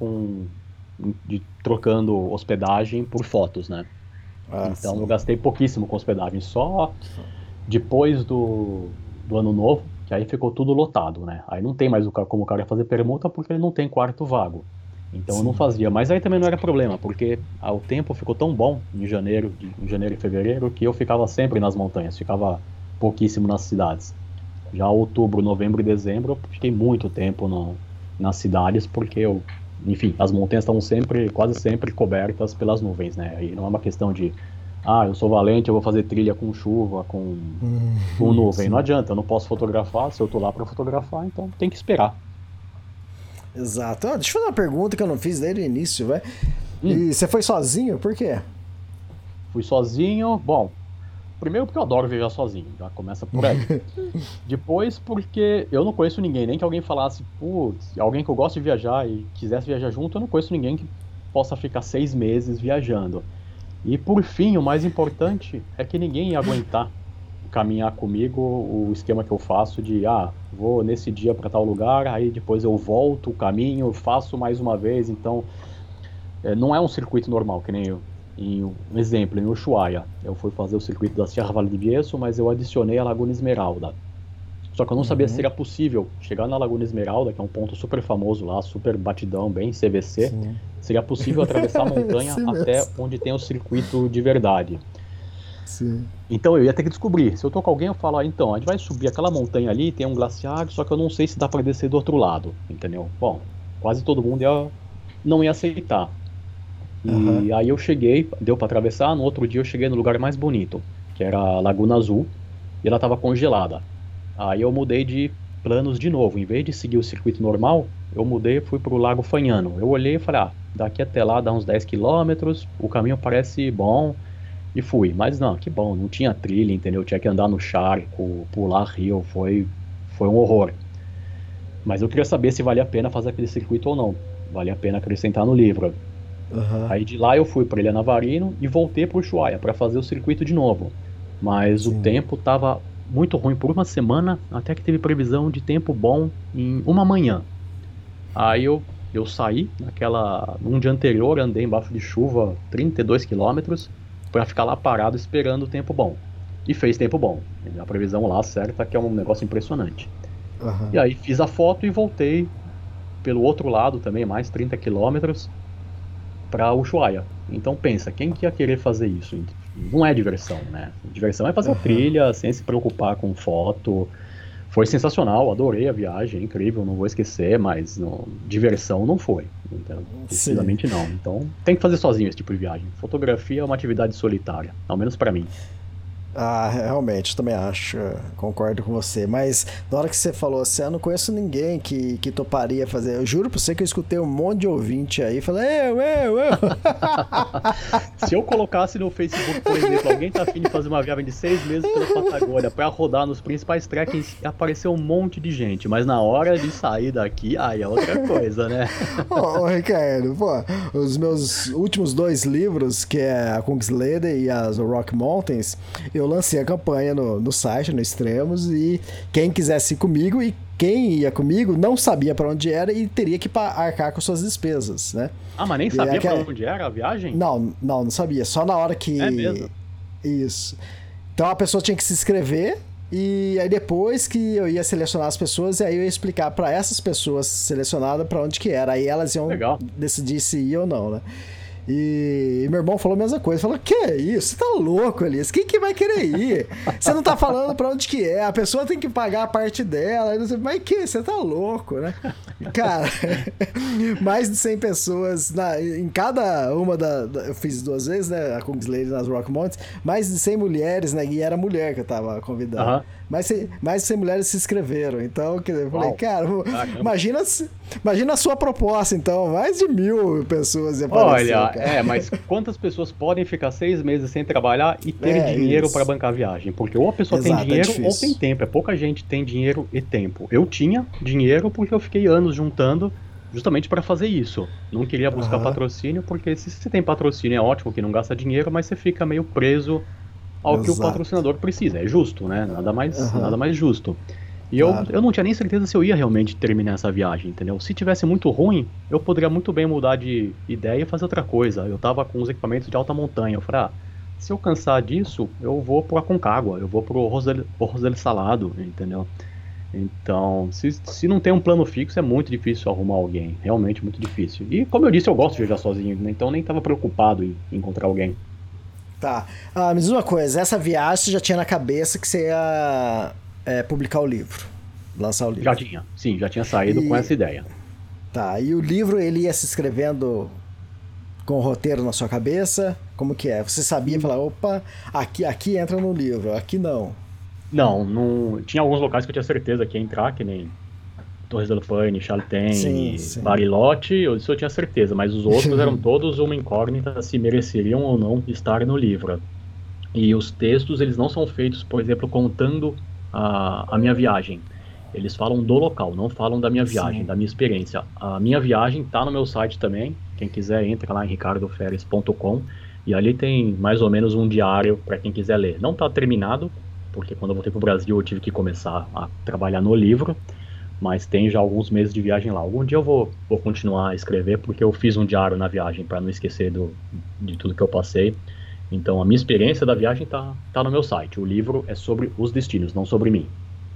F: trocando hospedagem por fotos, né? Então
B: sim.
F: eu gastei pouquíssimo com hospedagem, só depois do ano novo, que aí ficou tudo lotado, né? Aí não tem mais como o cara fazer permuta porque ele não tem quarto vago. Então eu não fazia, mas aí também não era problema, porque o tempo ficou tão bom em janeiro e fevereiro que eu ficava sempre nas montanhas, ficava pouquíssimo nas cidades. Já outubro, novembro e dezembro eu fiquei muito tempo nas cidades porque enfim, as montanhas estão quase sempre cobertas pelas nuvens, né? Aí não é uma questão de eu sou valente, eu vou fazer trilha com chuva, com nuvem. Não adianta, eu não posso fotografar, se eu tô lá para fotografar, então tem que esperar.
B: Exato. Deixa eu fazer uma pergunta que eu não fiz desde o início, vai. E você foi sozinho? Por quê?
F: Fui sozinho, bom, primeiro porque eu adoro viajar sozinho, já começa por aí. Depois porque eu não conheço ninguém, nem que alguém falasse, putz, alguém que eu gosto de viajar e quisesse viajar junto, eu não conheço ninguém que possa ficar 6 meses viajando. E por fim, o mais importante é que ninguém ia aguentar caminhar comigo o esquema que eu faço de vou nesse dia para tal lugar, aí depois eu volto o caminho, faço mais uma vez. Então não é um circuito normal, que nem um exemplo, em Ushuaia eu fui fazer o circuito da Sierra Vale de Bieso, mas eu adicionei a Laguna Esmeralda. Só que eu não sabia se era possível chegar na Laguna Esmeralda, que é um ponto super famoso lá, super batidão, bem CVC. Sim. Seria possível atravessar a montanha até onde tem o circuito de verdade.
B: Sim.
F: Então eu ia ter que descobrir. Se eu tô com alguém, eu falo, então, a gente vai subir aquela montanha ali, tem um glaciar, só que eu não sei se dá para descer do outro lado, entendeu? Bom, quase todo mundo não ia aceitar. E aí eu cheguei, deu para atravessar, no outro dia eu cheguei no lugar mais bonito, que era a Laguna Azul, e ela estava congelada. Aí eu mudei de planos de novo, em vez de seguir o circuito normal, eu mudei e fui pro Lago Fanhano. Eu olhei e falei, daqui até lá dá uns 10 quilômetros, o caminho parece bom, e fui. Mas não, que bom, não tinha trilha, entendeu? Tinha que andar no charco, pular rio, foi um horror. Mas eu queria saber se valia a pena fazer aquele circuito ou não. Valia a pena acrescentar no livro. Aí de lá eu fui para Ilha Navarino e voltei para Ushuaia para fazer o circuito de novo. Mas o tempo estava muito ruim por uma semana, até que teve previsão de tempo bom em uma manhã. Aí eu saí, num dia anterior, andei embaixo de chuva 32 quilômetros para ficar lá parado esperando o tempo bom. E fez tempo bom. A previsão lá certa, que é um negócio impressionante. E aí fiz a foto e voltei pelo outro lado também, mais 30 quilômetros, para Ushuaia. Então pensa, quem que ia querer fazer isso? Não é diversão, né? Diversão é fazer trilha sem se preocupar com foto. Foi sensacional, adorei a viagem, incrível, não vou esquecer, mas diversão não foi. Então, precisamente não. Então tem que fazer sozinho esse tipo de viagem. Fotografia é uma atividade solitária, ao menos para mim.
B: Realmente, também acho, concordo com você, mas na hora que você falou assim, eu não conheço ninguém que toparia fazer, eu juro pra você que eu escutei um monte de ouvinte aí, falei, eu.
F: Se eu colocasse no Facebook, por exemplo, alguém tá afim de fazer uma viagem de 6 meses pela Patagônia pra rodar nos principais trekkings, apareceu um monte de gente, mas na hora de sair daqui, é outra coisa, né?
B: Ô, Ricardo, os meus últimos 2 livros, que é a Kungsleden e as Rock Mountains, eu lancei a campanha no site, no Extremos, e quem quisesse ir comigo, e quem ia comigo não sabia para onde era e teria que arcar com suas despesas, né?
F: Mas nem sabia para onde era a viagem?
B: Não sabia, só na hora que...
F: É mesmo?
B: Isso. Então a pessoa tinha que se inscrever, e aí depois que eu ia selecionar as pessoas, e aí eu ia explicar para essas pessoas selecionadas para onde que era, aí elas iam decidir se ia ou não, né? E meu irmão falou a mesma coisa. Falou, que é isso? Você tá louco, Elias? Quem que vai querer ir? Você não tá falando pra onde que é. A pessoa tem que pagar a parte dela. Mas que? Você tá louco, né? Cara, mais de 100 pessoas em cada uma eu fiz 2 vezes, né? A Kingslayer nas Rock Mountains. Mais de 100 mulheres, né? E era mulher que eu tava convidando. Uhum. Mais de 100 mulheres se inscreveram. Então, eu falei, cara, imagina a sua proposta, então. Mais de 1000 pessoas apareceram.
F: Olha, mas quantas pessoas podem ficar 6 meses sem trabalhar e ter dinheiro para bancar a viagem? Porque ou a pessoa tem dinheiro ou tem tempo. Pouca gente tem dinheiro e tempo. Eu tinha dinheiro porque eu fiquei anos juntando justamente para fazer isso. Não queria buscar patrocínio, porque se você tem patrocínio é ótimo, que não gasta dinheiro, mas você fica meio preso ao que o patrocinador precisa. É justo, né? Nada mais justo. E eu não tinha nem certeza se eu ia realmente terminar essa viagem, entendeu? Se tivesse muito ruim, eu poderia muito bem mudar de ideia e fazer outra coisa. Eu tava com os equipamentos de alta montanha. Eu falei, se eu cansar disso, eu vou pro Aconcagua, eu vou pro Rosel Salado, entendeu? Então, se não tem um plano fixo, é muito difícil arrumar alguém. Realmente muito difícil. E como eu disse, eu gosto de viajar sozinho, né? Então nem tava preocupado em encontrar alguém.
B: Tá. Me diz uma coisa, essa viagem você já tinha na cabeça que você ia publicar o livro, lançar o livro?
F: Já tinha saído com essa ideia.
B: Tá, e o livro ele ia se escrevendo com o roteiro na sua cabeça? Como que é? Você sabia falar, opa, aqui entra no livro, aqui não?
F: Não. Tinha alguns locais que eu tinha certeza que ia entrar, que nem Torres del Paine, Chaltén, Bariloche, isso eu tinha certeza, mas os outros eram todos uma incógnita se mereceriam ou não estar no livro. E os textos, eles não são feitos, por exemplo, contando a minha viagem. Eles falam do local, não falam da minha viagem, da minha experiência. A minha viagem está no meu site também, quem quiser entra lá em ricardoferes.com e ali tem mais ou menos um diário para quem quiser ler. Não está terminado, porque quando eu voltei para o Brasil eu tive que começar a trabalhar no livro, mas tem já alguns meses de viagem lá. Algum dia eu vou continuar a escrever, porque eu fiz um diário na viagem para não esquecer de tudo que eu passei. Então a minha experiência da viagem tá no meu site. O livro é sobre os destinos, não sobre mim.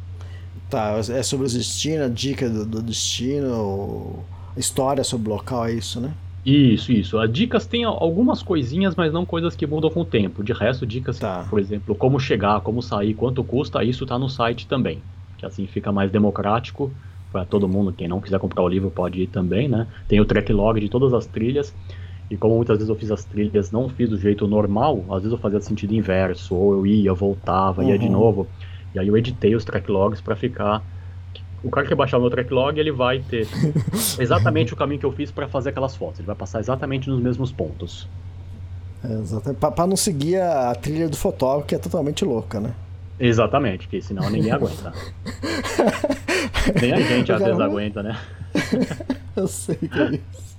B: Tá, é sobre os destinos, a dica do destino, história sobre o local, é isso, né?
F: Isso. As dicas tem algumas coisinhas, mas não coisas que mudam com o tempo. De resto, dicas, por exemplo, como chegar, como sair, quanto custa, isso tá no site também. Que assim fica mais democrático para todo mundo. Quem não quiser comprar o livro pode ir também, né? Tem o track log de todas as trilhas. E como muitas vezes eu fiz as trilhas, não fiz do jeito normal, às vezes eu fazia sentido inverso, ou eu ia, voltava, ia de novo. E aí eu editei os track logs para ficar... O cara que baixar o meu track log, ele vai ter exatamente o caminho que eu fiz para fazer aquelas fotos. Ele vai passar exatamente nos mesmos pontos.
B: Exatamente. Para não seguir a trilha do fotógrafo, que é totalmente louca, né?
F: Exatamente, porque senão ninguém aguenta. Nem a gente às vezes aguenta, né?
B: Eu sei que é isso.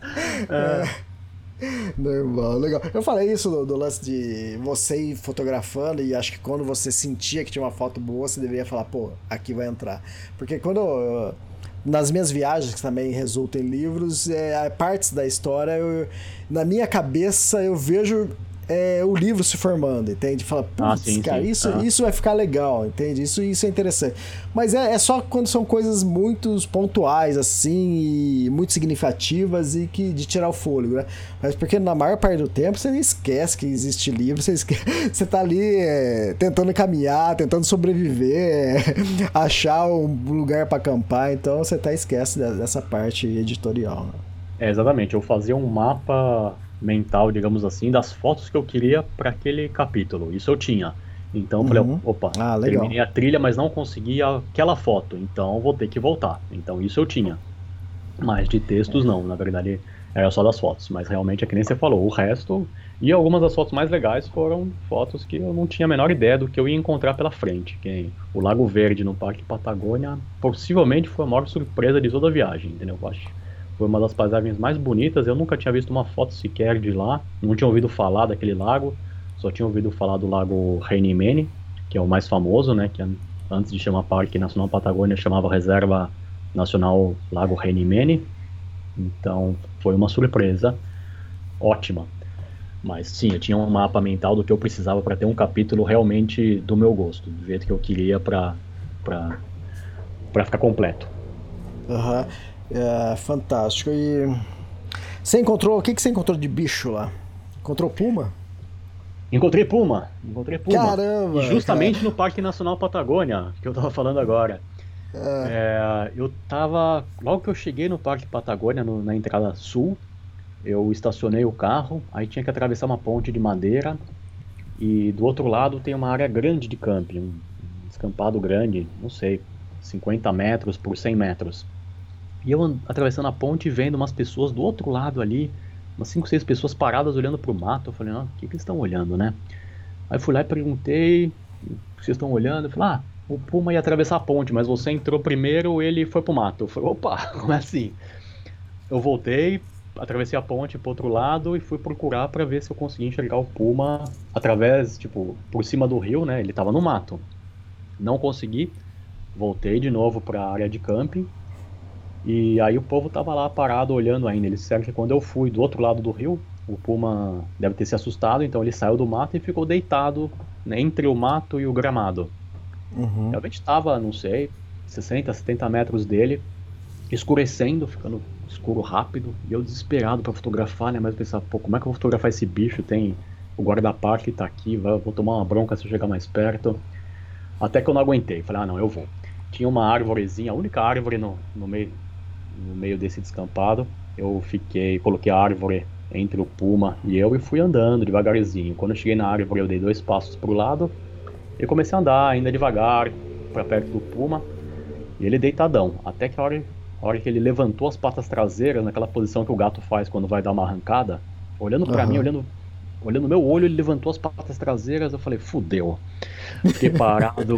B: Normal, legal. Eu falei isso do lance de você ir fotografando, e acho que quando você sentia que tinha uma foto boa, você deveria falar, pô, aqui vai entrar. Porque nas minhas viagens, que também resultam em livros, partes da história, na minha cabeça eu vejo o livro se formando, entende? Fala, putz, cara, isso vai ficar legal, entende? Isso é interessante. Mas é só quando são coisas muito pontuais, assim, e muito significativas e de tirar o fôlego, né? Mas porque na maior parte do tempo você esquece que existe livro, você tá ali tentando caminhar, tentando sobreviver, achar um lugar para acampar, então você esquece dessa parte editorial, né?
F: Exatamente, eu fazia um mapa mental, digamos assim, das fotos que eu queria para aquele capítulo. Isso eu tinha. Então eu falei, opa, terminei a trilha, mas não consegui aquela foto, então vou ter que voltar. Então isso eu tinha. Mas de textos não, na verdade era só das fotos. Mas realmente é que nem você falou, o resto... E algumas das fotos mais legais foram fotos que eu não tinha a menor ideia do que eu ia encontrar pela frente. Que o Lago Verde no Parque Patagônia possivelmente foi a maior surpresa de toda a viagem, entendeu? Eu acho. Foi uma das paisagens mais bonitas, eu nunca tinha visto uma foto sequer de lá, não tinha ouvido falar daquele lago, só tinha ouvido falar do Lago Reinimene, que é o mais famoso, né, que antes de chamar Parque Nacional Patagônia chamava Reserva Nacional Lago Reinimene, então foi uma surpresa ótima. Mas sim, eu tinha um mapa mental do que eu precisava para ter um capítulo realmente do meu gosto, do jeito que eu queria para ficar completo.
B: Fantástico. E Você encontrou... O que você encontrou de bicho lá? Encontrou puma?
F: Encontrei puma.
B: Caramba!
F: E justamente no Parque Nacional Patagônia, que eu tava falando agora. Eu tava... Logo que eu cheguei no Parque Patagônia, na entrada sul, eu estacionei o carro, aí tinha que atravessar uma ponte de madeira, e do outro lado tem uma área grande de camping, um descampado grande, não sei, 50 metros por 100 metros. E eu atravessando a ponte, vendo umas pessoas do outro lado ali, umas 5, 6 pessoas paradas olhando pro mato. Eu falei, o que eles estão olhando, né? Aí fui lá e perguntei, o que vocês estão olhando? Eu falei, o puma ia atravessar a ponte, mas você entrou primeiro, ele foi pro mato. Eu falei, opa, como é assim? Eu voltei, atravessei a ponte pro outro lado e fui procurar pra ver se eu conseguia enxergar o puma através, por cima do rio, né? Ele tava no mato. Não consegui, voltei de novo pra área de camping. E aí o povo tava lá parado olhando ainda. Eles disseram que quando eu fui do outro lado do rio, o puma deve ter se assustado, então ele saiu do mato e ficou deitado, né, entre o mato e o gramado. Realmente tava, não sei, 60, 70 metros dele, escurecendo, ficando escuro rápido, e eu desesperado pra fotografar, né? Mas eu pensava, como é que eu vou fotografar esse bicho? Tem o guarda-parque tá aqui, vou tomar uma bronca se eu chegar mais perto. Até que eu não aguentei, falei, não, eu vou. Tinha uma árvorezinha, a única árvore no meio desse descampado. Eu coloquei a árvore entre o puma e eu e fui andando devagarzinho. Quando eu cheguei na árvore, eu dei 2 passos pro lado e comecei a andar ainda devagar para perto do puma, e ele deitadão, até que a hora que ele levantou as patas traseiras, naquela posição que o gato faz quando vai dar uma arrancada, olhando para mim, olhando no meu olho, ele levantou as patas traseiras. Eu falei, fudeu. Fiquei parado.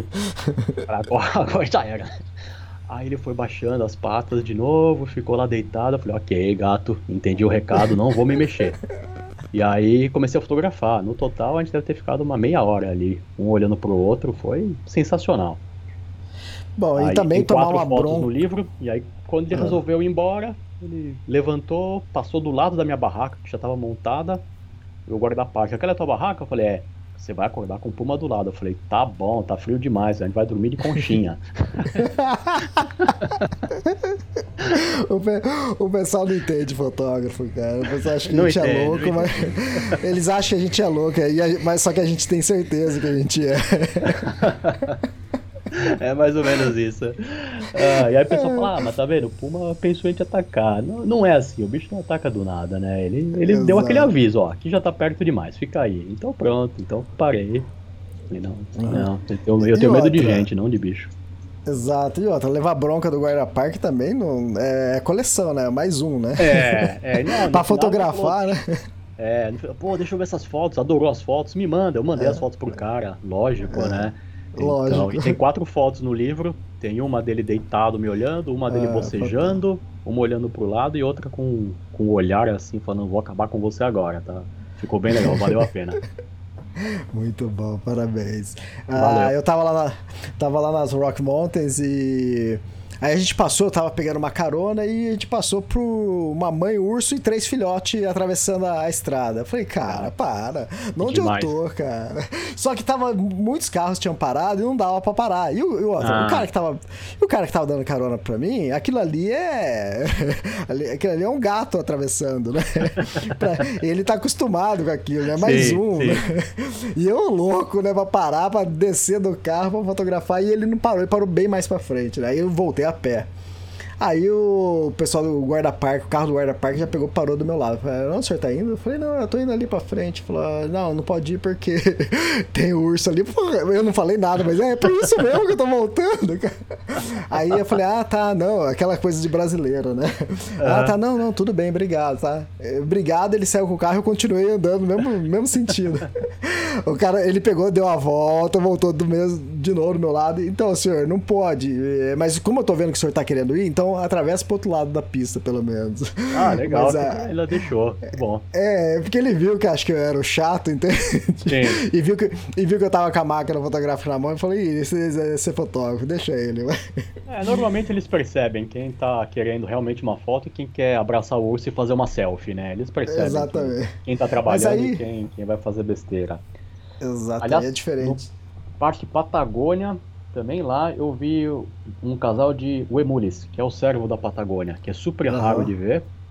F: Agora já era. Aí ele foi baixando as patas de novo, ficou lá deitado. Eu falei, ok, gato, entendi o recado, não vou me mexer. E aí comecei a fotografar. No total a gente deve ter ficado uma meia hora ali, um olhando pro outro. Foi sensacional.
B: Bom,
F: aí,
B: e também tomar uma
F: fotos
B: bronca
F: no livro. E aí quando ele resolveu ir embora, ele levantou, passou do lado da minha barraca, que já estava montada. Eu guarda-parque, aquela é a tua barraca? Eu falei, você vai acordar com o puma do lado. Eu falei, tá bom, tá frio demais, a gente vai dormir de conchinha.
B: O pessoal não entende fotógrafo, cara. O pessoal acha que a gente é louco, mas eles acham que a gente é louco, mas só que a gente tem certeza que a gente é.
F: É mais ou menos isso. E aí o pessoal fala, mas tá vendo, o puma pensou em te atacar. Não é assim, o bicho não ataca do nada, né? Ele deu aquele aviso, aqui já tá perto demais, fica aí. Então pronto, então parei. Falei, não, eu tenho medo de gente, não de bicho.
B: Exato, e outra, levar bronca do guarda-parque também não, é coleção, né? Mais um, né? Pra fotografar, né?
F: Deixa eu ver essas fotos, adorou as fotos, me manda. Eu mandei as fotos pro cara, lógico, né?
B: Lógico.
F: Então, e tem 4 fotos no livro, tem uma dele deitado me olhando, uma dele bocejando, uma olhando pro lado e outra com o olhar assim, falando, vou acabar com você agora, tá? Ficou bem legal, valeu a pena.
B: Muito bom, parabéns.
F: Valeu.
B: Eu tava lá nas Rock Mountains e aí a gente passou, eu tava pegando uma carona e a gente passou por uma mãe urso e 3 filhotes atravessando a estrada. Eu falei, cara, para. Onde eu tô, cara? Só que muitos carros tinham parado e não dava pra parar. E o cara que tava dando carona pra mim, aquilo ali é um gato atravessando, né? Ele tá acostumado com aquilo, né? Mais um, né? E eu louco, né? Pra parar, pra descer do carro, pra fotografar, e ele não parou, ele parou bem mais pra frente, né? Aí eu voltei a pé. Aí o pessoal do guarda-parque, o carro do guarda-parque já parou do meu lado. Falei, não, o senhor tá indo? Eu falei, não, eu tô indo ali pra frente. Falou, não pode ir porque tem o urso ali. Eu não falei nada, mas é por isso mesmo que eu tô voltando, cara. Aí eu falei, tá, não, aquela coisa de brasileiro, né? Tá, não, tudo bem, obrigado, tá? Obrigado, ele saiu com o carro e eu continuei andando no mesmo sentido. O cara, ele pegou, deu a volta, voltou de novo do meu lado. Então, senhor, não pode. Mas como eu tô vendo que o senhor tá querendo ir, então atravessa pro outro lado da pista, pelo menos.
F: Legal. Mas, ele deixou. Bom.
B: Porque ele viu que acho que eu era o chato, entende? Sim. E viu que eu tava com a máquina fotográfica na mão e falei, esse é ser fotógrafo, deixa ele.
F: Normalmente eles percebem quem tá querendo realmente uma foto e quem quer abraçar o urso e fazer uma selfie, né? Eles percebem. Exatamente. Quem tá trabalhando e quem vai fazer besteira.
B: Exato, aliás, é diferente.
F: No Parque Patagônia, também lá eu vi um casal de uemulis, que é o cervo da Patagônia, que é super raro de ver.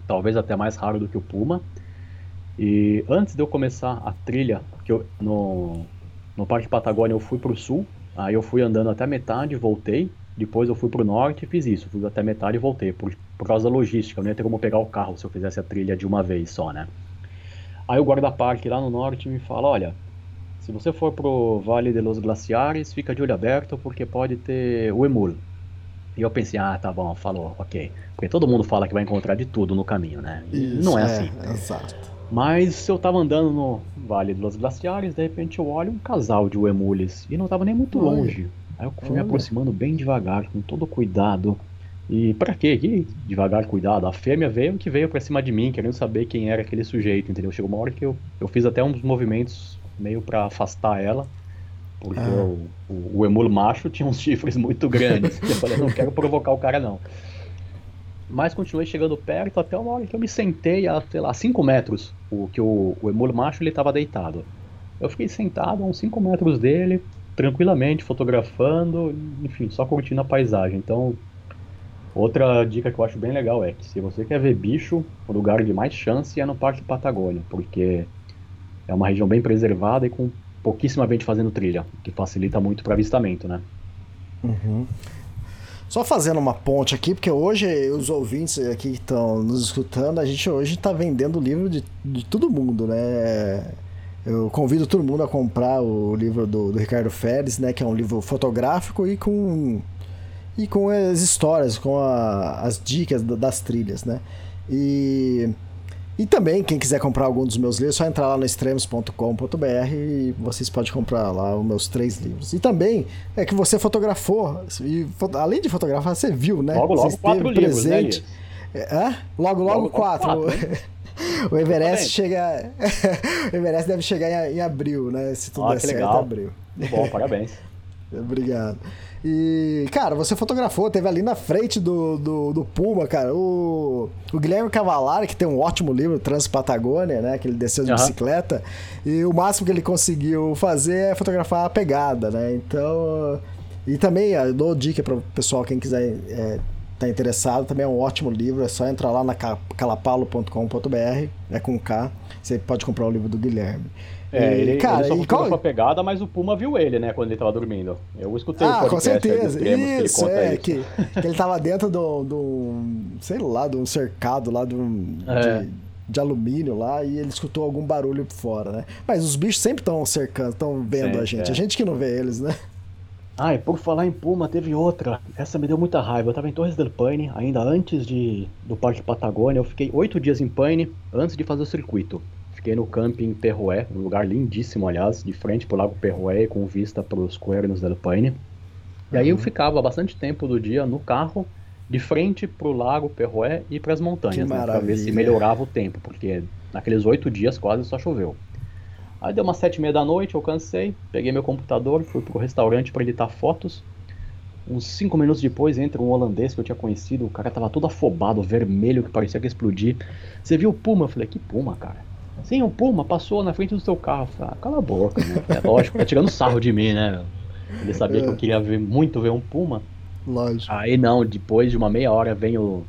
F: talvez até mais raro do que o puma. E antes de eu começar a trilha, que no Parque Patagônia eu fui pro sul, aí eu fui andando até a metade, voltei, depois eu fui pro norte e fiz isso, fui até a metade e voltei, por causa da logística, eu não ia ter como pegar o carro se eu fizesse a trilha de uma vez só, né? Aí o guarda-parque lá no norte me fala, olha, se você for pro Vale de los Glaciares, fica de olho aberto porque pode ter o emul. E eu pensei, tá bom, falou, ok. Porque todo mundo fala que vai encontrar de tudo no caminho, né? E
B: Isso,
F: não é assim.
B: Exato.
F: Mas eu tava andando no Vale de los Glaciares, de repente eu olho um casal de uemules e não tava nem muito longe. Aí eu fui me aproximando bem devagar, com todo cuidado. E pra quê? Que devagar, cuidado. A fêmea veio pra cima de mim, querendo saber quem era aquele sujeito, entendeu? Chegou uma hora que eu fiz até uns movimentos meio pra afastar ela, porque o emul macho tinha uns chifres muito grandes. Eu falei, não quero provocar o cara não. Mas continuei chegando perto até uma hora que eu me sentei a, sei lá, 5 metros, que o emul macho ele estava deitado. Eu fiquei sentado a uns 5 metros dele, tranquilamente, fotografando, enfim, só curtindo a paisagem. Então, outra dica que eu acho bem legal é que se você quer ver bicho, o lugar de mais chance é no Parque Patagônia, porque é uma região bem preservada e com pouquíssima gente fazendo trilha, que facilita muito para avistamento, né?
B: Uhum. Só fazendo uma ponte aqui, porque hoje os ouvintes aqui que estão nos escutando, a gente hoje está vendendo o livro de todo mundo, né? Eu convido todo mundo a comprar o livro do Ricardo Férez, né? Que é um livro fotográfico e com as histórias, com as dicas das trilhas, né? E também, quem quiser comprar algum dos meus livros, é só entrar lá no extremos.com.br e vocês podem comprar lá os meus 3 livros. E também é que você fotografou, e além de fotografar, você viu, né?
F: Logo,
B: você
F: 4 livros, né, Elias?
B: Logo 4. O Everest chega... o Everest deve chegar em abril, né? Se tudo der certo,
F: legal.
B: Abril.
F: Bom, parabéns.
B: Obrigado. E, cara, você fotografou, teve ali na frente do Puma, cara, o Guilherme Cavalari, que tem um ótimo livro, Transpatagônia, né, que ele desceu de bicicleta, e o máximo que ele conseguiu fazer é fotografar a pegada, né, então... E também eu dou dica para o pessoal, quem quiser tá interessado, também é um ótimo livro, é só entrar lá na calapalo.com.br, é com K, você pode comprar o livro do Guilherme.
F: Ele só fotografou a pegada, mas o Puma viu ele, né, quando ele tava dormindo. Eu escutei o podcast.
B: Com certeza,
F: isso,
B: que ele tava dentro sei lá, de um cercado lá, de alumínio lá, e ele escutou algum barulho fora, né? Mas os bichos sempre estão cercando, estão vendo a gente. A gente que não vê eles, né?
F: E por falar em Puma, teve outra. Essa me deu muita raiva. Eu tava em Torres del Paine, ainda antes do Parque Patagônia. Eu fiquei 8 dias em Paine, antes de fazer o circuito. Fiquei no camping Perroé, um lugar lindíssimo, aliás, de frente pro Lago Perroé, com vista para os Cuernos del Paine. E aí eu ficava bastante tempo do dia no carro, de frente pro Lago Perroé e para as montanhas, né, para ver se melhorava o tempo, porque naqueles 8 dias quase só choveu. Aí deu umas 7h30 da noite, eu cansei, peguei meu computador, fui pro restaurante para editar fotos. Uns 5 minutos depois entra um holandês que eu tinha conhecido, o cara tava todo afobado, vermelho, que parecia que ia explodir. Você viu o Puma? Eu falei, que Puma, cara? Sim, um Puma passou na frente do seu carro. Eu falei, cala a boca, né? É lógico, tá tirando sarro de mim, né? Ele sabia que eu queria muito ver um Puma.
B: Lógico.
F: Aí não, depois de uma meia hora vem o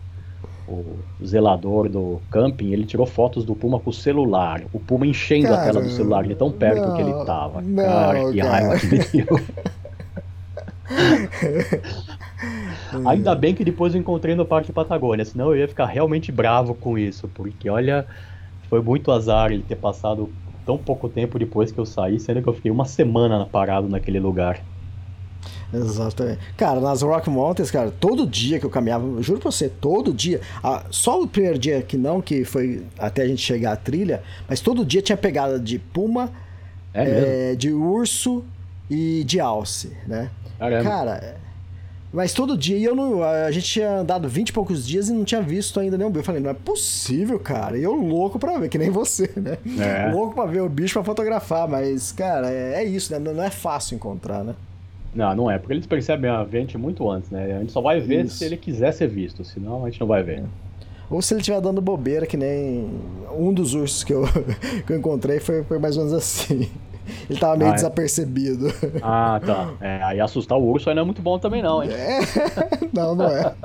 F: zelador do camping, ele tirou fotos do Puma com o celular. O Puma enchendo a tela do celular, de tão perto que ele tava. Cara, que raiva que me deu. Ainda bem que depois eu encontrei no Parque Patagônia, senão eu ia ficar realmente bravo com isso, porque olha, foi muito azar ele ter passado tão pouco tempo depois que eu saí, sendo que eu fiquei uma semana parado naquele lugar.
B: Exatamente. Cara, nas Rock Mountains, cara, todo dia que eu caminhava, eu juro pra você, todo dia, só o primeiro dia que foi até a gente chegar à trilha, mas todo dia tinha pegada de puma, de urso e de alce, né? Caramba. Cara, mas todo dia, e a gente tinha andado 20 e poucos dias e não tinha visto ainda nenhum bicho. Eu falei, não é possível, cara. E eu louco pra ver, que nem você, né? Louco pra ver o bicho pra fotografar, mas, cara, é isso, né? Não é fácil encontrar, né?
F: Não é, porque eles percebem a gente muito antes, né? A gente só vai ver se ele quiser ser visto, senão a gente não vai ver.
B: Ou se ele estiver dando bobeira, que nem um dos ursos que eu encontrei foi mais ou menos assim. Ele tava meio desapercebido.
F: Ah, tá. Aí assustar o urso aí não é muito bom também não, hein?
B: Não é.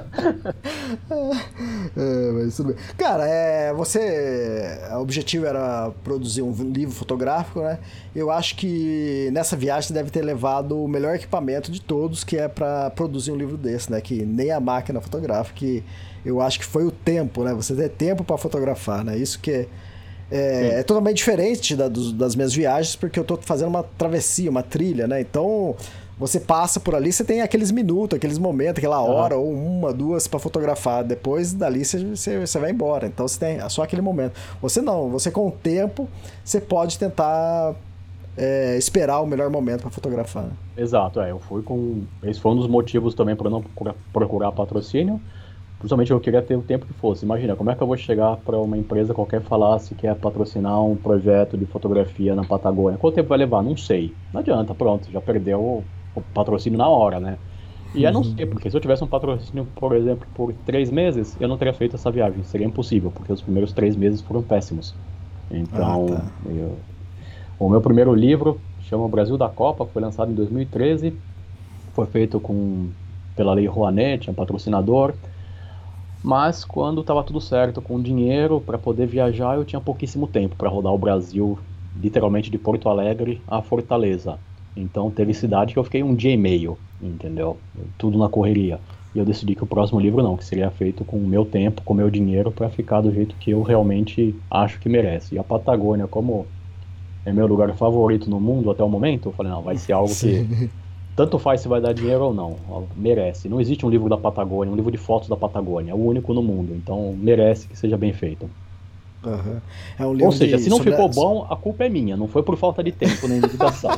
B: Mas tudo bem. Cara, o objetivo era produzir um livro fotográfico, né? Eu acho que nessa viagem você deve ter levado o melhor equipamento de todos, que é para produzir um livro desse, né? Que nem a máquina fotográfica, que eu acho que foi o tempo, né? Você ter tempo para fotografar, né? Isso que é totalmente diferente das minhas viagens, porque eu tô fazendo uma travessia, uma trilha, né? Então, você passa por ali, você tem aqueles minutos, aqueles momentos, aquela hora, ou uma, duas para fotografar. Depois, dali, você vai embora. Então, você tem só aquele momento. Você não, você com o tempo, você pode tentar esperar o melhor momento para fotografar.
F: Exato, eu fui com... Esse foi um dos motivos também para não procurar patrocínio. Principalmente eu queria ter o tempo que fosse. Imagina, como é que eu vou chegar para uma empresa qualquer falar se quer patrocinar um projeto de fotografia na Patagônia? Quanto tempo vai levar? Não sei. Não adianta, pronto, já perdeu o patrocínio na hora, né? E eu não sei, porque se eu tivesse um patrocínio, por exemplo, por 3 meses, eu não teria feito essa viagem. Seria impossível, porque os primeiros 3 meses foram péssimos. Então, o meu primeiro livro chama O Brasil da Copa, foi lançado em 2013. Foi feito pela Lei Rouanet, tinha um patrocinador. Mas quando estava tudo certo com dinheiro para poder viajar, eu tinha pouquíssimo tempo para rodar o Brasil, literalmente de Porto Alegre a Fortaleza. Então teve cidade que eu fiquei 1 dia e meio, entendeu? Tudo na correria. E eu decidi que o próximo livro não, que seria feito com o meu tempo, com o meu dinheiro, para ficar do jeito que eu realmente acho que merece. E a Patagônia, como é meu lugar favorito no mundo até o momento, eu falei, não, vai ser algo que... Tanto faz se vai dar dinheiro ou não, merece. Não existe um livro da Patagônia, um livro de fotos da Patagônia, é o único no mundo, então merece que seja bem feito.
B: É um livro
F: ou seja, se não ficou bom, a culpa é minha, não foi por falta de tempo nem de dedicação.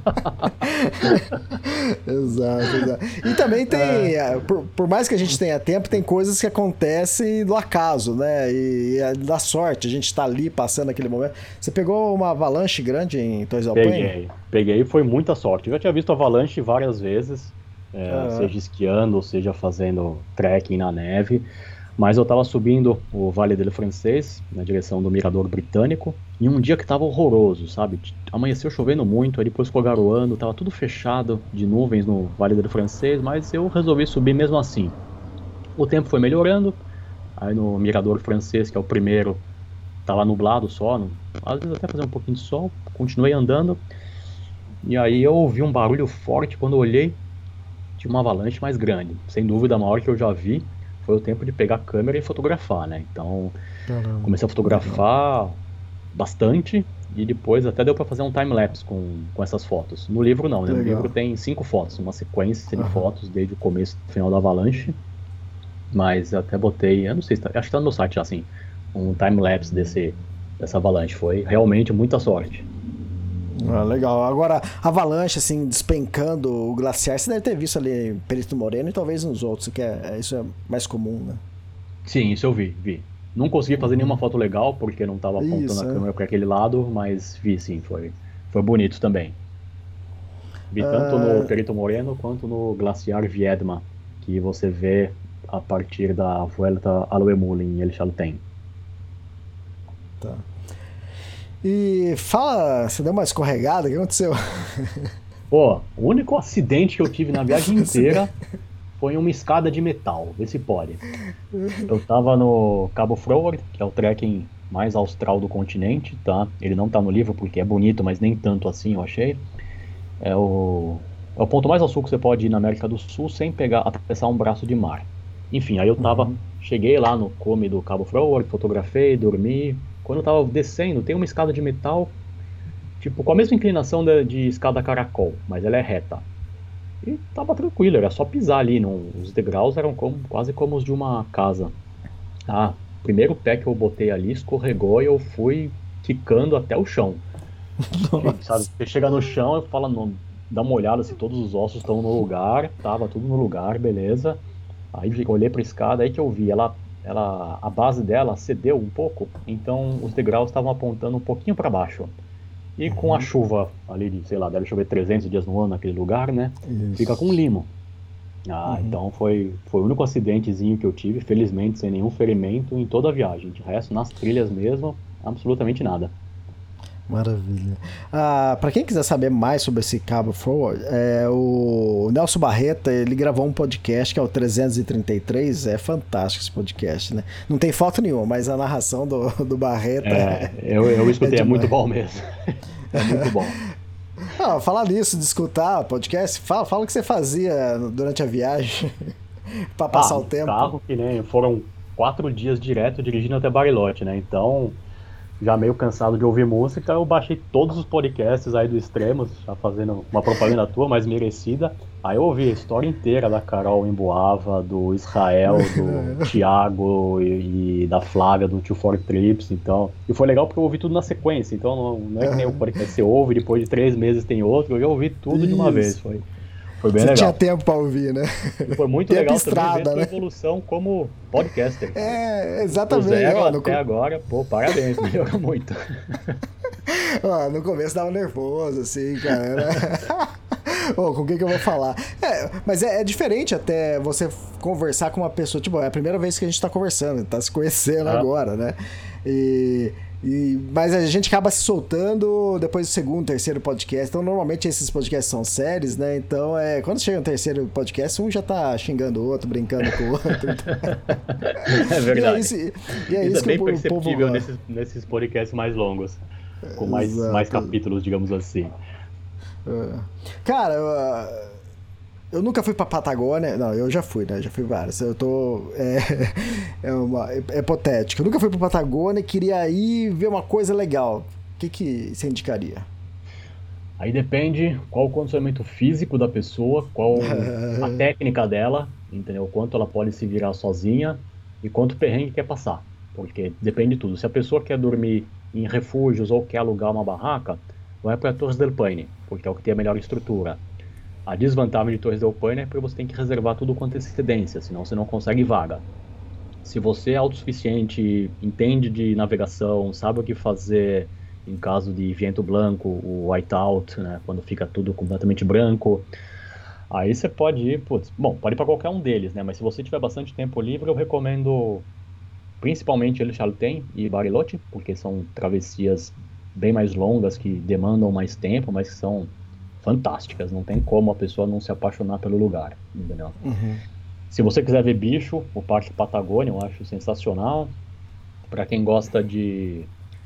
B: Exato. E também tem, por mais que a gente tenha tempo, tem coisas que acontecem do acaso, né? E da sorte, a gente tá ali passando aquele momento. Você pegou uma avalanche grande em Torres del Paine?
F: Peguei, foi muita sorte. Eu já tinha visto avalanche várias vezes, seja esquiando, seja fazendo trekking na neve. Mas eu estava subindo o Vale del Francês, na direção do Mirador Britânico, e um dia que estava horroroso, sabe? Amanheceu chovendo muito, aí depois ficou garoando, estava tudo fechado de nuvens no Vale del Francês, mas eu resolvi subir mesmo assim. O tempo foi melhorando, aí no Mirador Francês, que é o primeiro, estava nublado só, às vezes até fazer um pouquinho de sol, continuei andando, e aí eu ouvi um barulho forte, quando eu olhei, tinha uma avalanche mais grande, sem dúvida a maior que eu já vi. Foi o tempo de pegar a câmera e fotografar, né? Então, comecei a fotografar bastante e depois até deu para fazer um time-lapse com essas fotos. No livro não, né? No livro tem 5 fotos, uma sequência de fotos desde o começo ao final da avalanche. Mas até botei, eu não sei, acho que tá no meu site já, assim, um time-lapse dessa avalanche. Foi realmente muita sorte.
B: Legal. Agora, avalanche, assim, despencando o glaciar, você deve ter visto ali em Perito Moreno e talvez nos outros, que isso é mais comum, né?
F: Sim, isso eu vi. Não consegui fazer nenhuma foto legal, porque não estava apontando a câmera para aquele lado, mas vi sim, foi bonito também. Vi tanto no Perito Moreno quanto no Glaciar Viedma, que você vê a partir da Vuelta al Huemul em El Chaltén.
B: Tá. E fala, você deu uma escorregada, o que aconteceu?
F: Pô, o único acidente que eu tive na viagem inteira foi uma escada de metal, vê se pode. Eu tava no Cabo Froward, que é o trekking mais austral do continente, tá? Ele não tá no livro porque é bonito, mas nem tanto assim, eu achei. É o ponto mais ao sul que você pode ir na América do Sul sem atravessar um braço de mar. Enfim, aí eu cheguei lá no cume do Cabo Froward, fotografei, dormi. Quando eu tava descendo, tem uma escada de metal, tipo, com a mesma inclinação de escada caracol, mas ela é reta. E tava tranquilo, era só pisar ali, os degraus eram quase como os de uma casa. O primeiro pé que eu botei ali escorregou e eu fui quicando até o chão. Sabe, você chega no chão e fala, dá uma olhada se todos os ossos estão no lugar, tava tudo no lugar, beleza. Aí eu olhei pra escada, aí que eu vi, a base dela cedeu um pouco, então os degraus estavam apontando um pouquinho para baixo. E com a chuva ali, deve chover 300 dias no ano naquele lugar, né? Isso. Fica com limo. Então foi o único acidentezinho que eu tive, felizmente sem nenhum ferimento em toda a viagem. De resto, nas trilhas mesmo, absolutamente nada.
B: Maravilha. Para quem quiser saber mais sobre esse Cabo Forward, o Nelson Barreta, ele gravou um podcast que é o 333, é fantástico esse podcast, né? Não tem foto nenhuma, mas a narração do Barreta...
F: Eu escutei, é muito bom mesmo. É muito bom.
B: Falar nisso, de escutar podcast, fala o que você fazia durante a viagem para passar o tempo.
F: Carro que nem foram 4 dias direto dirigindo até Bariloche, né? Então... já meio cansado de ouvir música, eu baixei todos os podcasts aí do Extremos, já fazendo uma propaganda tua, mais merecida. Aí eu ouvi a história inteira da Carol Emboava, do Israel, do Thiago e da Flávia, do 24 Trips, então... E foi legal porque eu ouvi tudo na sequência, então não é que nem o podcast você ouve, depois de 3 meses tem outro, eu já ouvi tudo de uma vez, foi bem legal. Você
B: tinha tempo pra ouvir, né?
F: E foi muito legal também ver a evolução como podcaster.
B: Exatamente.
F: Do zero até agora, parabéns, melhorou muito.
B: No começo dava nervoso, assim, cara. Com quem que eu vou falar? Mas é diferente até você conversar com uma pessoa, tipo, é a primeira vez que a gente tá conversando, tá se conhecendo agora, né? Mas a gente acaba se soltando depois do segundo, terceiro podcast. Então, normalmente esses podcasts são séries, né? Então, quando chega no terceiro podcast, um já tá xingando o outro, brincando com o outro.
F: É verdade.
B: Isso
F: é bem perceptível nesses podcasts mais longos, com mais capítulos, digamos assim.
B: Cara, eu nunca fui pra Patagônia. Não, eu já fui, né? Já fui várias. Eu tô... É hipotético. Eu nunca fui pra Patagônia e queria ir ver uma coisa legal. O que você indicaria?
F: Aí depende qual o condicionamento físico da pessoa, qual a técnica dela, entendeu? Quanto ela pode se virar sozinha e quanto perrengue quer passar. Porque depende de tudo. Se a pessoa quer dormir em refúgios ou quer alugar uma barraca, vai para Torres del Paine, porque é o que tem a melhor estrutura. A desvantagem de Torres del Paine é porque você tem que reservar tudo com antecedência, senão você não consegue vaga. Se você é autossuficiente, entende de navegação, sabe o que fazer em caso de vento branco, o whiteout, né, quando fica tudo completamente branco, aí você pode ir, pode ir para qualquer um deles, né, mas se você tiver bastante tempo livre, eu recomendo principalmente El Chaltén e Bariloche, porque são travessias bem mais longas, que demandam mais tempo, mas que são fantásticas, não tem como a pessoa não se apaixonar pelo lugar, entendeu? Se você quiser ver bicho, o Parque Patagônia eu acho sensacional. Para quem gosta de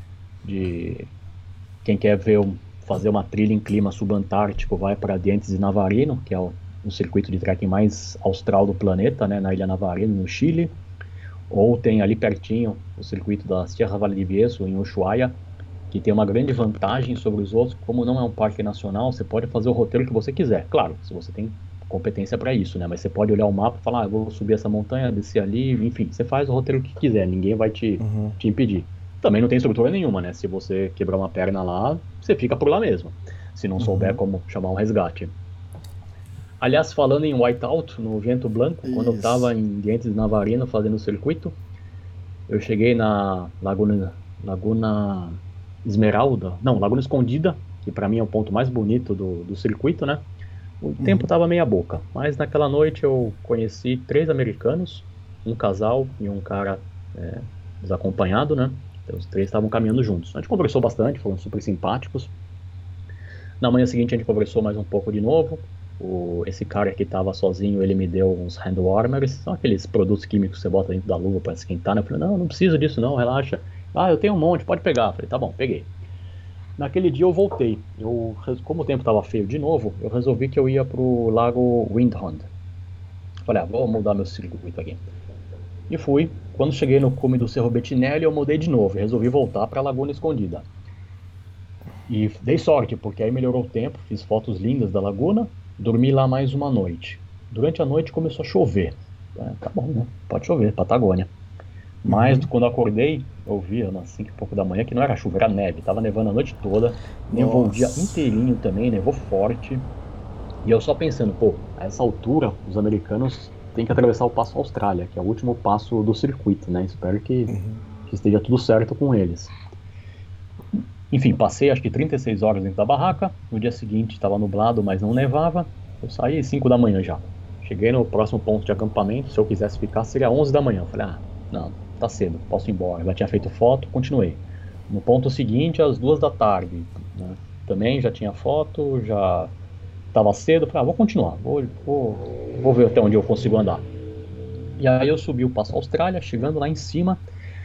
F: quem quer fazer uma trilha em clima subantártico, vai para Dientes de Navarino, que é o circuito de trekking mais austral do planeta, né, na Ilha Navarino, no Chile. Ou tem ali pertinho o circuito da Sierra Valdivieso, em Ushuaia, que tem uma grande vantagem sobre os outros. Como não é um parque nacional, você pode fazer o roteiro que você quiser. Claro, se você tem competência para isso, né? Mas você pode olhar o mapa e falar, eu vou subir essa montanha, descer ali, enfim, você faz o roteiro que quiser, ninguém vai te impedir. Também não tem estrutura nenhuma, né? Se você quebrar uma perna lá, você fica por lá mesmo, se não souber como chamar um resgate. Aliás, falando em whiteout, no vento branco, quando eu estava em Dientes de Navarino fazendo o circuito, eu cheguei na Laguna Esmeralda, não, Laguna Escondida, que para mim é o ponto mais bonito do circuito, né? O tempo tava meia boca, mas naquela noite eu conheci 3 americanos, um casal e um cara desacompanhado, né? Então, os 3 estavam caminhando juntos. A gente conversou bastante, foram super simpáticos. Na manhã seguinte a gente conversou mais um pouco de novo. Esse cara que estava sozinho, ele me deu uns hand warmers, são aqueles produtos químicos que você bota dentro da luva para esquentar, né? Eu falei, não precisa disso não, relaxa. Eu tenho um monte, pode pegar. Eu falei, tá bom, peguei. Naquele dia eu voltei. Como o tempo estava feio de novo, eu resolvi que eu ia pro Lago Windhund. Falei, vou mudar meu circuito aqui. E fui. Quando cheguei no cume do Cerro Bettinelli, eu mudei de novo. Resolvi voltar para a Laguna Escondida. E dei sorte, porque aí melhorou o tempo, fiz fotos lindas da laguna, dormi lá mais uma noite. Durante a noite começou a chover. Tá bom, né? Pode chover, Patagônia. Mas quando eu acordei, eu vi umas 5 e pouco da manhã que não era chuva, era neve. Tava nevando a noite toda, nevou o dia inteirinho também, nevou forte. E eu só pensando, a essa altura os americanos têm que atravessar o Passo Austrália, que é o último passo do circuito, né? Espero que esteja tudo certo com eles. Enfim, passei acho que 36 horas dentro da barraca. No dia seguinte estava nublado, mas não nevava. Eu saí 5 da manhã já. Cheguei no próximo ponto de acampamento, se eu quisesse ficar seria 11 da manhã. Eu falei, não, tá cedo, posso ir embora. Ela tinha feito foto, continuei. no ponto seguinte, às 2 da tarde, né? Também já tinha foto, já estava cedo, falei, vou continuar, vou ver até onde eu consigo andar. E aí eu subi o Passo Austrália, chegando lá em cima,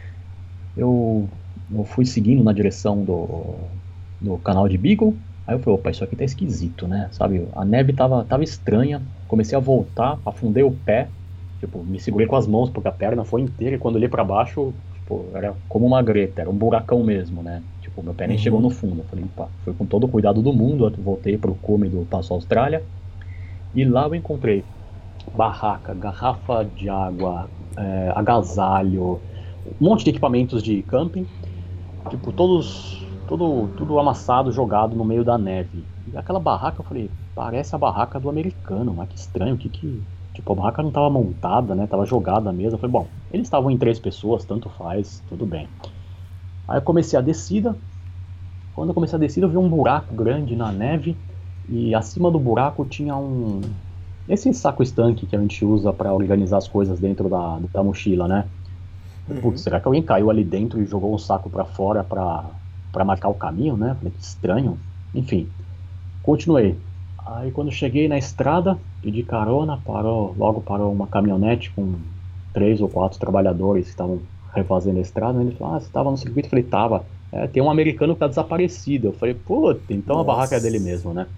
F: eu fui seguindo na direção do canal de Beagle. Aí eu falei, opa, isso aqui tá esquisito, né? Sabe, a neve tava estranha, comecei a voltar, afundei o pé, tipo, me segurei com as mãos porque a perna foi inteira e quando olhei pra baixo, tipo, era como uma greta, era um buracão mesmo, né? Tipo, meu pé nem chegou no fundo. Eu falei, opa, foi com todo o cuidado do mundo, eu voltei pro cume do Passo Austrália e lá eu encontrei barraca, garrafa de água, agasalho, um monte de equipamentos de camping, tipo, tudo amassado, jogado no meio da neve. E aquela barraca, eu falei, parece a barraca do americano, mas que estranho, tipo, a barraca não estava montada, né, tava jogada mesmo. Eu falei, bom, eles estavam em 3 pessoas, tanto faz, tudo bem. Aí eu comecei a descida. Quando eu comecei a descida, eu vi um buraco grande na neve e acima do buraco tinha esse saco estanque que a gente usa para organizar as coisas dentro da mochila, né? Putz, será que alguém caiu ali dentro e jogou um saco para fora para marcar o caminho, né? Falei, que estranho. Enfim, continuei. Aí quando cheguei na estrada, pedi carona, logo parou uma caminhonete com 3 ou 4 trabalhadores que estavam refazendo a estrada. Ele falou, você estava no circuito? Eu falei, tava. Tem um americano que tá desaparecido. Eu falei, puta, então a barraca é dele mesmo, né?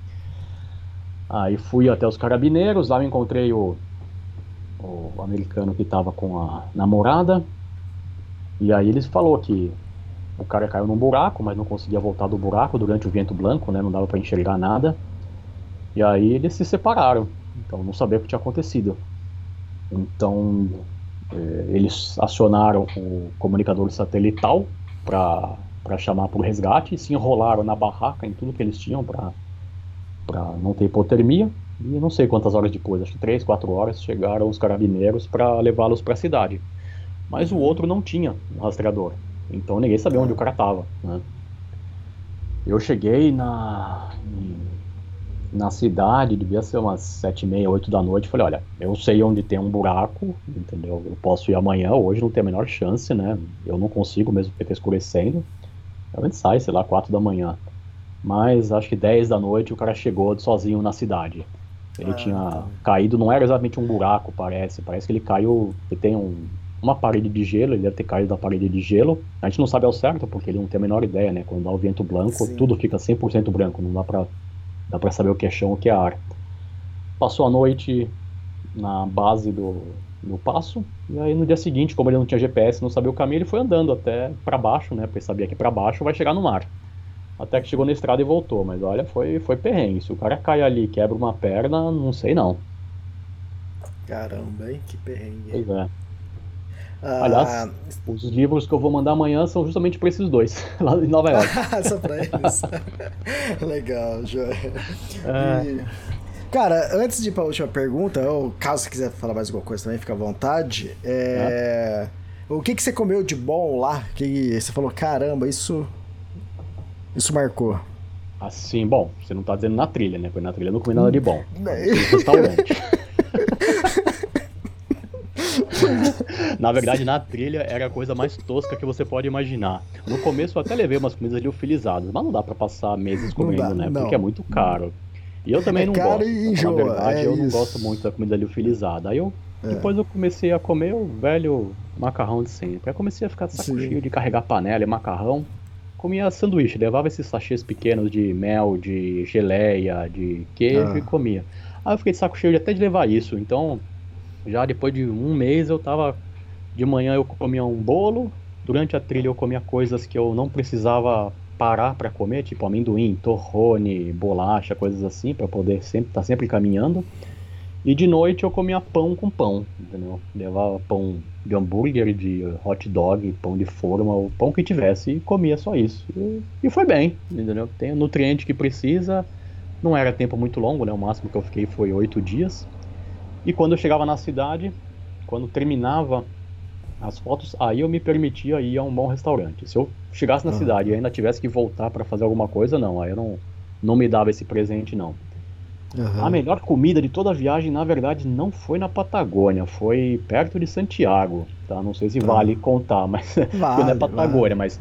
F: Aí fui até os carabineiros, lá eu encontrei o americano que estava com a namorada. E aí eles falou que o cara caiu num buraco, mas não conseguia voltar do buraco durante o vento branco, né? Não dava para enxergar nada. E aí eles se separaram, então não sabia o que tinha acontecido. Então eles acionaram o comunicador satelital para chamar por resgate, se enrolaram na barraca, em tudo que eles tinham para não ter hipotermia. E não sei quantas horas depois, acho que 3, 4 horas, chegaram os carabineiros para levá-los para a cidade. Mas o outro não tinha um rastreador, então ninguém sabia onde o cara estava, né? Eu cheguei na cidade, devia ser umas 7h30, 8 da noite, falei, olha, eu sei onde tem um buraco, entendeu? Eu posso ir amanhã, hoje não tem a menor chance, né? Eu não consigo mesmo porque tá escurecendo. A gente sai, sei lá, 4 da manhã. Mas acho que 10 da noite o cara chegou sozinho na cidade. Ele tinha caído, não era exatamente um buraco, parece que ele caiu, ele tem uma parede de gelo, ele deve ter caído da parede de gelo. A gente não sabe ao certo, porque ele não tem a menor ideia, né? Quando dá o vento branco, tudo fica 100% branco, não dá pra saber o que é chão, o que é ar. Passou a noite na base do passo, e aí no dia seguinte, como ele não tinha GPS, não sabia o caminho, ele foi andando até pra baixo, né? Porque sabia que pra baixo vai chegar no mar. Até que chegou na estrada e voltou, mas olha, foi perrengue. Se o cara cai ali e quebra uma perna, não sei não.
B: Caramba, hein? Que perrengue.
F: Pois é. Aliás, os livros que eu vou mandar amanhã são justamente para esses dois, lá em Nova York.
B: Só pra eles. Legal, joia. Cara, antes de ir pra última pergunta, ou caso você quiser falar mais alguma coisa também, fica à vontade. O que você comeu de bom lá? Que você falou, caramba, isso marcou.
F: Assim, bom, você não tá dizendo na trilha, né? Porque na trilha eu não comi nada de bom. Restaurante. Na verdade, na trilha era a coisa mais tosca que você pode imaginar. No começo eu até levei umas comidas liofilizadas, mas não dá pra passar meses comendo, né? Porque é muito caro. E eu também não gosto. Na verdade, eu não gosto muito da comida liofilizada. Aí depois eu comecei a comer o velho macarrão de sempre. Aí comecei a ficar de saco cheio de carregar panela e macarrão. Comia sanduíche, levava esses sachês pequenos de mel, de geleia, de queijo e comia. Aí eu fiquei de saco cheio até de levar isso. Então, já depois de um mês eu tava... De manhã eu comia um bolo, durante a trilha eu comia coisas que eu não precisava parar para comer, tipo amendoim, torrone, bolacha, coisas assim, para poder estar sempre caminhando. E de noite eu comia pão com pão, entendeu? Levava pão de hambúrguer, de hot dog, pão de forma, o pão que tivesse, e comia só isso. E foi bem, entendeu? Tem o nutriente que precisa, não era tempo muito longo, né? O máximo que eu fiquei foi 8 dias. E quando eu chegava na cidade, quando terminava as fotos, aí eu me permitia ir a um bom restaurante. Se eu chegasse na cidade e ainda tivesse que voltar para fazer alguma coisa, não. Aí eu não me dava esse presente, não. A melhor comida de toda a viagem, na verdade, não foi na Patagônia, foi perto de Santiago, tá? Não sei se vale contar, mas não é Patagônia, mas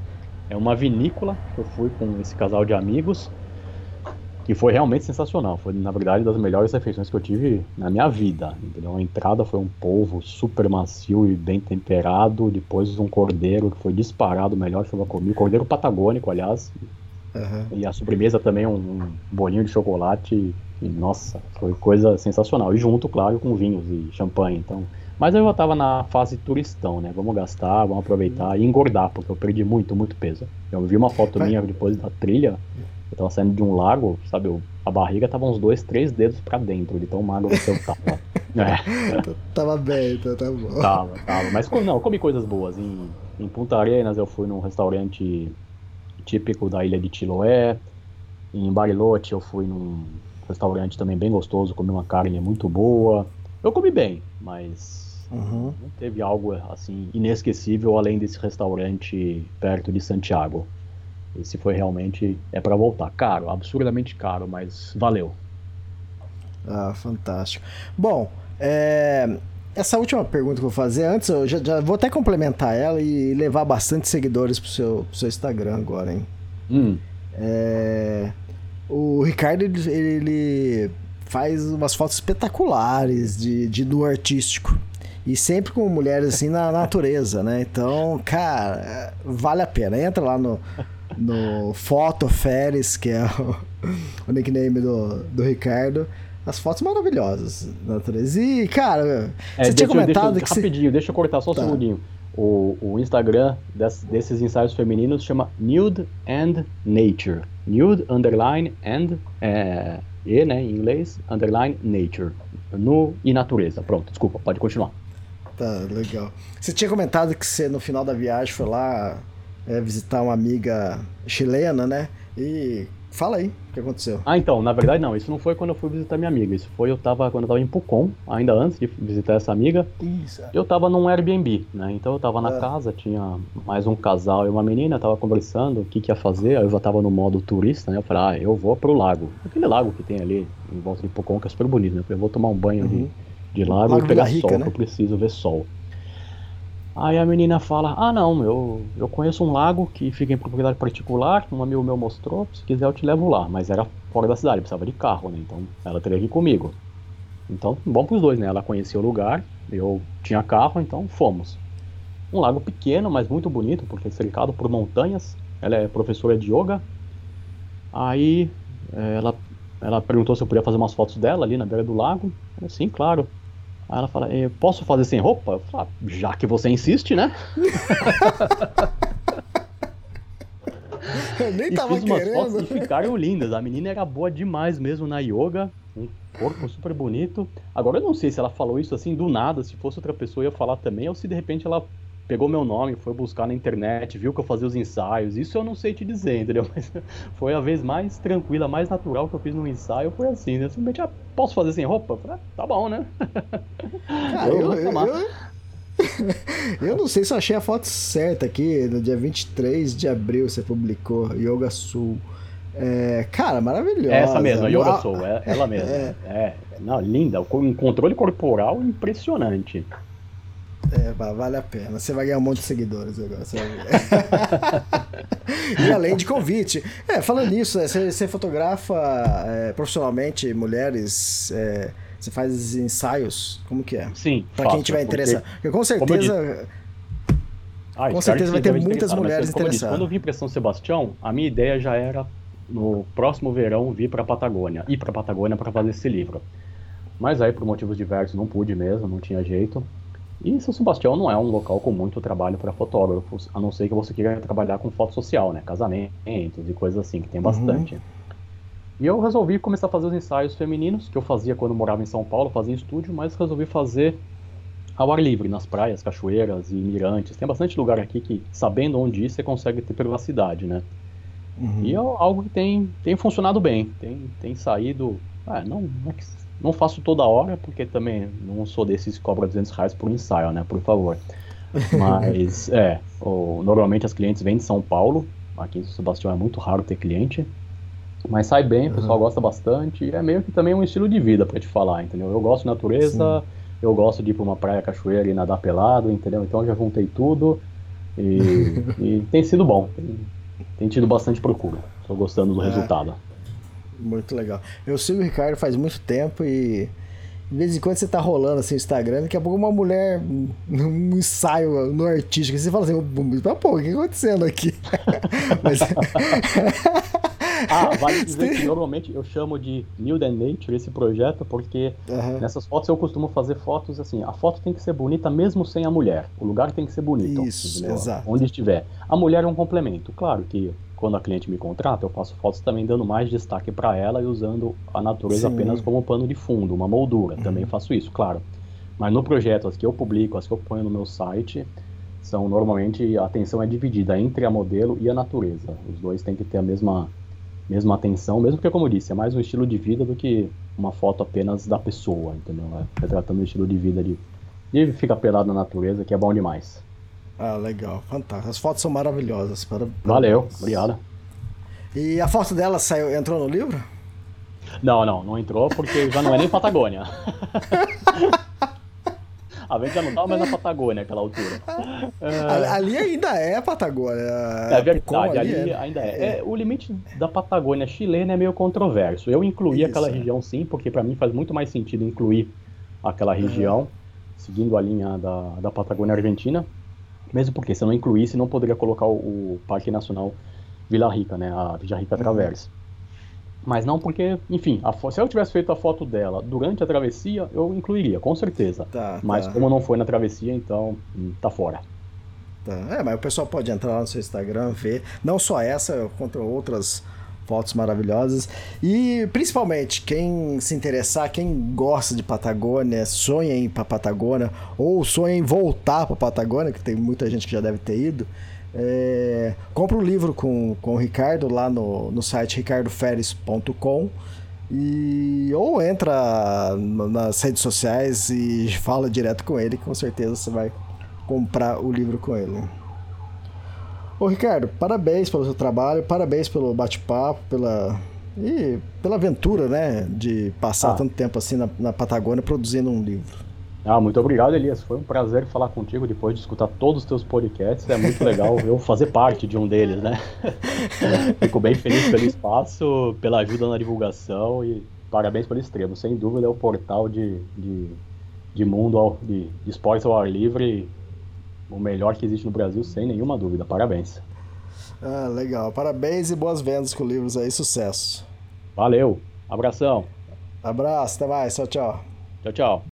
F: É uma vinícola que eu fui com esse casal de amigos, que foi realmente sensacional. Foi, na verdade, das melhores refeições que eu tive na minha vida, entendeu? A entrada foi um polvo super macio e bem temperado, depois um cordeiro que foi disparado o melhor que eu já comi, cordeiro patagônico, aliás. E a sobremesa também, um bolinho de chocolate, e, nossa, foi coisa sensacional. E junto, claro, com vinhos e champanhe, então... Mas eu já tava na fase turistão, né? Vamos gastar, vamos aproveitar e engordar, porque eu perdi muito, muito peso. Eu vi uma foto minha depois da trilha, eu tava saindo de um lago, sabe? A barriga tava uns 2, 3 dedos pra dentro, de tão magro que eu tava.
B: Tava bem, então tá bom.
F: Tava. Mas não, eu comi coisas boas. Em Punta Arenas eu fui num restaurante típico da ilha de Chiloé. Em Bariloche eu fui num restaurante também bem gostoso, comi uma carne muito boa. Eu comi bem, mas não teve algo assim inesquecível além desse restaurante perto de Santiago. Esse foi realmente, pra voltar. Caro, absurdamente caro, mas valeu.
B: Ah, fantástico. Bom, essa última pergunta que eu vou fazer, antes eu já vou até complementar ela e levar bastante seguidores pro seu Instagram agora, hein? O Ricardo, ele faz umas fotos espetaculares de nu artístico. E sempre com mulheres assim na natureza, né? Então, cara, vale a pena. Entra lá no Foto Feres, que é o nickname do Ricardo. As fotos maravilhosas da natureza. E, cara, você tinha comentado que...
F: Rapidinho, deixa eu cortar só um segundinho. O Instagram desses ensaios femininos chama Nude and Nature. Nude, underline, and... E, né, em inglês, underline, nature. Nu e natureza. Pronto, desculpa, pode continuar.
B: Tá, legal. Você tinha comentado que você, no final da viagem, foi lá visitar uma amiga chilena, né? E fala aí, o que aconteceu?
F: Então, na verdade não, isso não foi quando eu fui visitar minha amiga. Isso foi quando eu tava em Pucón, ainda antes de visitar essa amiga.
B: Isso.
F: Eu tava num Airbnb, né? Então eu tava na casa, tinha mais um casal e uma menina, tava conversando o que ia fazer. Aí eu já tava no modo turista, né? Eu falei, eu vou pro lago. Aquele lago que tem ali em volta de Pucón, que é super bonito, né? Eu falei, eu vou tomar um banho de lago e pegar sol, né? Que eu preciso ver sol. Aí a menina fala, não, eu conheço um lago que fica em propriedade particular, um amigo meu mostrou, se quiser eu te levo lá. Mas era fora da cidade, precisava de carro, né? Então ela teria que ir comigo. Então, bom pros dois, né? Ela conhecia o lugar, eu tinha carro, então fomos. Um lago pequeno, mas muito bonito, porque é cercado por montanhas. Ela é professora de yoga. Aí ela perguntou se eu podia fazer umas fotos dela ali na beira do lago. Eu falei, sim, claro. Aí ela fala, posso fazer sem roupa? Eu falo, já que você insiste, né?
B: Eu nem tava querendo.
F: Fotos e ficaram lindas. A menina era boa demais mesmo na yoga. Um corpo super bonito. Agora eu não sei se ela falou isso assim do nada. Se fosse outra pessoa eu ia falar também. Ou se de repente ela pegou meu nome, foi buscar na internet, viu que eu fazia os ensaios. Isso eu não sei te dizer, entendeu? Mas foi a vez mais tranquila, mais natural que eu fiz no ensaio. Foi assim, né? Simplesmente, posso fazer sem roupa? Eu falei, tá bom, né?
B: Eu não sei se eu achei a foto certa aqui. No dia 23 de abril você publicou Yoga Sul. Cara, maravilhosa.
F: Essa mesma, Yoga Sul, ela mesma. Não, linda, um controle corporal impressionante.
B: Vale a pena. Você vai ganhar um monte de seguidores agora. Você vai ver. E além de convite. Falando nisso, você fotografa profissionalmente mulheres. Você faz ensaios? Como que é?
F: Sim.
B: Pra quem tiver interessado. Porque com certeza. Com certeza vai ter muitas mulheres interessadas.
F: Quando eu vim para São Sebastião, a minha ideia já era no próximo verão vir para Patagônia. Ir para Patagônia para fazer esse livro. Mas aí, por motivos diversos, não pude mesmo, não tinha jeito. E São Sebastião não é um local com muito trabalho para fotógrafos, a não ser que você queira trabalhar com foto social, né? Casamentos e coisas assim, que tem bastante. E eu resolvi começar a fazer os ensaios femininos, que eu fazia quando morava em São Paulo, fazia em estúdio, mas resolvi fazer ao ar livre, nas praias, cachoeiras e mirantes. Tem bastante lugar aqui que, sabendo onde ir, você consegue ter privacidade, né? E é algo que tem funcionado bem, tem saído... Não faço toda hora, porque também não sou desses que cobra R$200 por ensaio, né? Por favor. Mas, normalmente as clientes vêm de São Paulo. Aqui em São Sebastião é muito raro ter cliente. Mas sai bem, o pessoal gosta bastante. E é meio que também um estilo de vida, pra te falar, entendeu? Eu gosto de natureza, eu gosto de ir pra uma praia, cachoeira e nadar pelado, entendeu? Então eu já juntei tudo e tem sido bom. tem tido bastante procura. Estou gostando do resultado.
B: Muito legal. Eu sigo o Ricardo faz muito tempo e de vez em quando você tá rolando assim no Instagram, daqui a pouco uma mulher num ensaio no artístico, você fala assim, pô, o que tá acontecendo aqui? Mas...
F: Vale dizer que normalmente eu chamo de Nude and Nature esse projeto, porque nessas fotos eu costumo fazer fotos assim, a foto tem que ser bonita mesmo sem a mulher, o lugar tem que ser bonito.
B: Isso, exato.
F: Onde estiver. A mulher é um complemento, claro que quando a cliente me contrata, eu faço fotos também dando mais destaque para ela e usando a natureza apenas como pano de fundo, uma moldura. Também faço isso, claro. Mas no projeto, as que eu publico, as que eu ponho no meu site, são normalmente, a atenção é dividida entre a modelo e a natureza. Os dois têm que ter a mesma atenção, mesmo porque, como eu disse, é mais um estilo de vida do que uma foto apenas da pessoa, entendeu? Retratando o estilo de vida de ficar pelado na natureza, que é bom demais.
B: Legal, fantástico. As fotos são maravilhosas.
F: Valeu, obrigado.
B: E a foto dela entrou no livro?
F: Não entrou porque já não é nem Patagônia. A gente já não estava mais na Patagônia naquela altura.
B: Ali ainda é Patagônia.
F: É verdade, ali ainda é. O limite da Patagônia chilena é meio controverso. Eu incluí aquela região sim, porque para mim faz muito mais sentido incluir aquela região, seguindo a linha da Patagônia Argentina. Mesmo porque se eu não incluísse, não poderia colocar o Parque Nacional Vila Rica, né? A Vila Rica Traversa. Mas não porque, enfim, se eu tivesse feito a foto dela durante a travessia, eu incluiria, com certeza. Mas como não foi na travessia, então tá fora.
B: Mas o pessoal pode entrar lá no seu Instagram, ver, não só essa, quanto outras fotos maravilhosas. E principalmente, quem se interessar, quem gosta de Patagônia, sonha em ir pra Patagônia, ou sonha em voltar pra Patagônia, que tem muita gente que já deve ter ido, compra um livro com o Ricardo lá no site ricardoferes.com ou entra nas redes sociais e fala direto com ele, que com certeza você vai comprar o livro com ele. Ô Ricardo, parabéns pelo seu trabalho, parabéns pelo bate-papo, pela aventura, né, de passar tanto tempo assim na Patagônia produzindo um livro.
F: Muito obrigado, Elias. Foi um prazer falar contigo depois de escutar todos os teus podcasts. É muito legal eu fazer parte de um deles, né? Fico bem feliz pelo espaço, pela ajuda na divulgação e parabéns pelo Extremo. Sem dúvida é o portal de mundo de esportes ao ar livre, o melhor que existe no Brasil, sem nenhuma dúvida. Parabéns.
B: Legal. Parabéns e boas vendas com livros aí. Sucesso.
F: Valeu. Abração.
B: Abraço. Até mais. Tchau, tchau.
F: Tchau, tchau.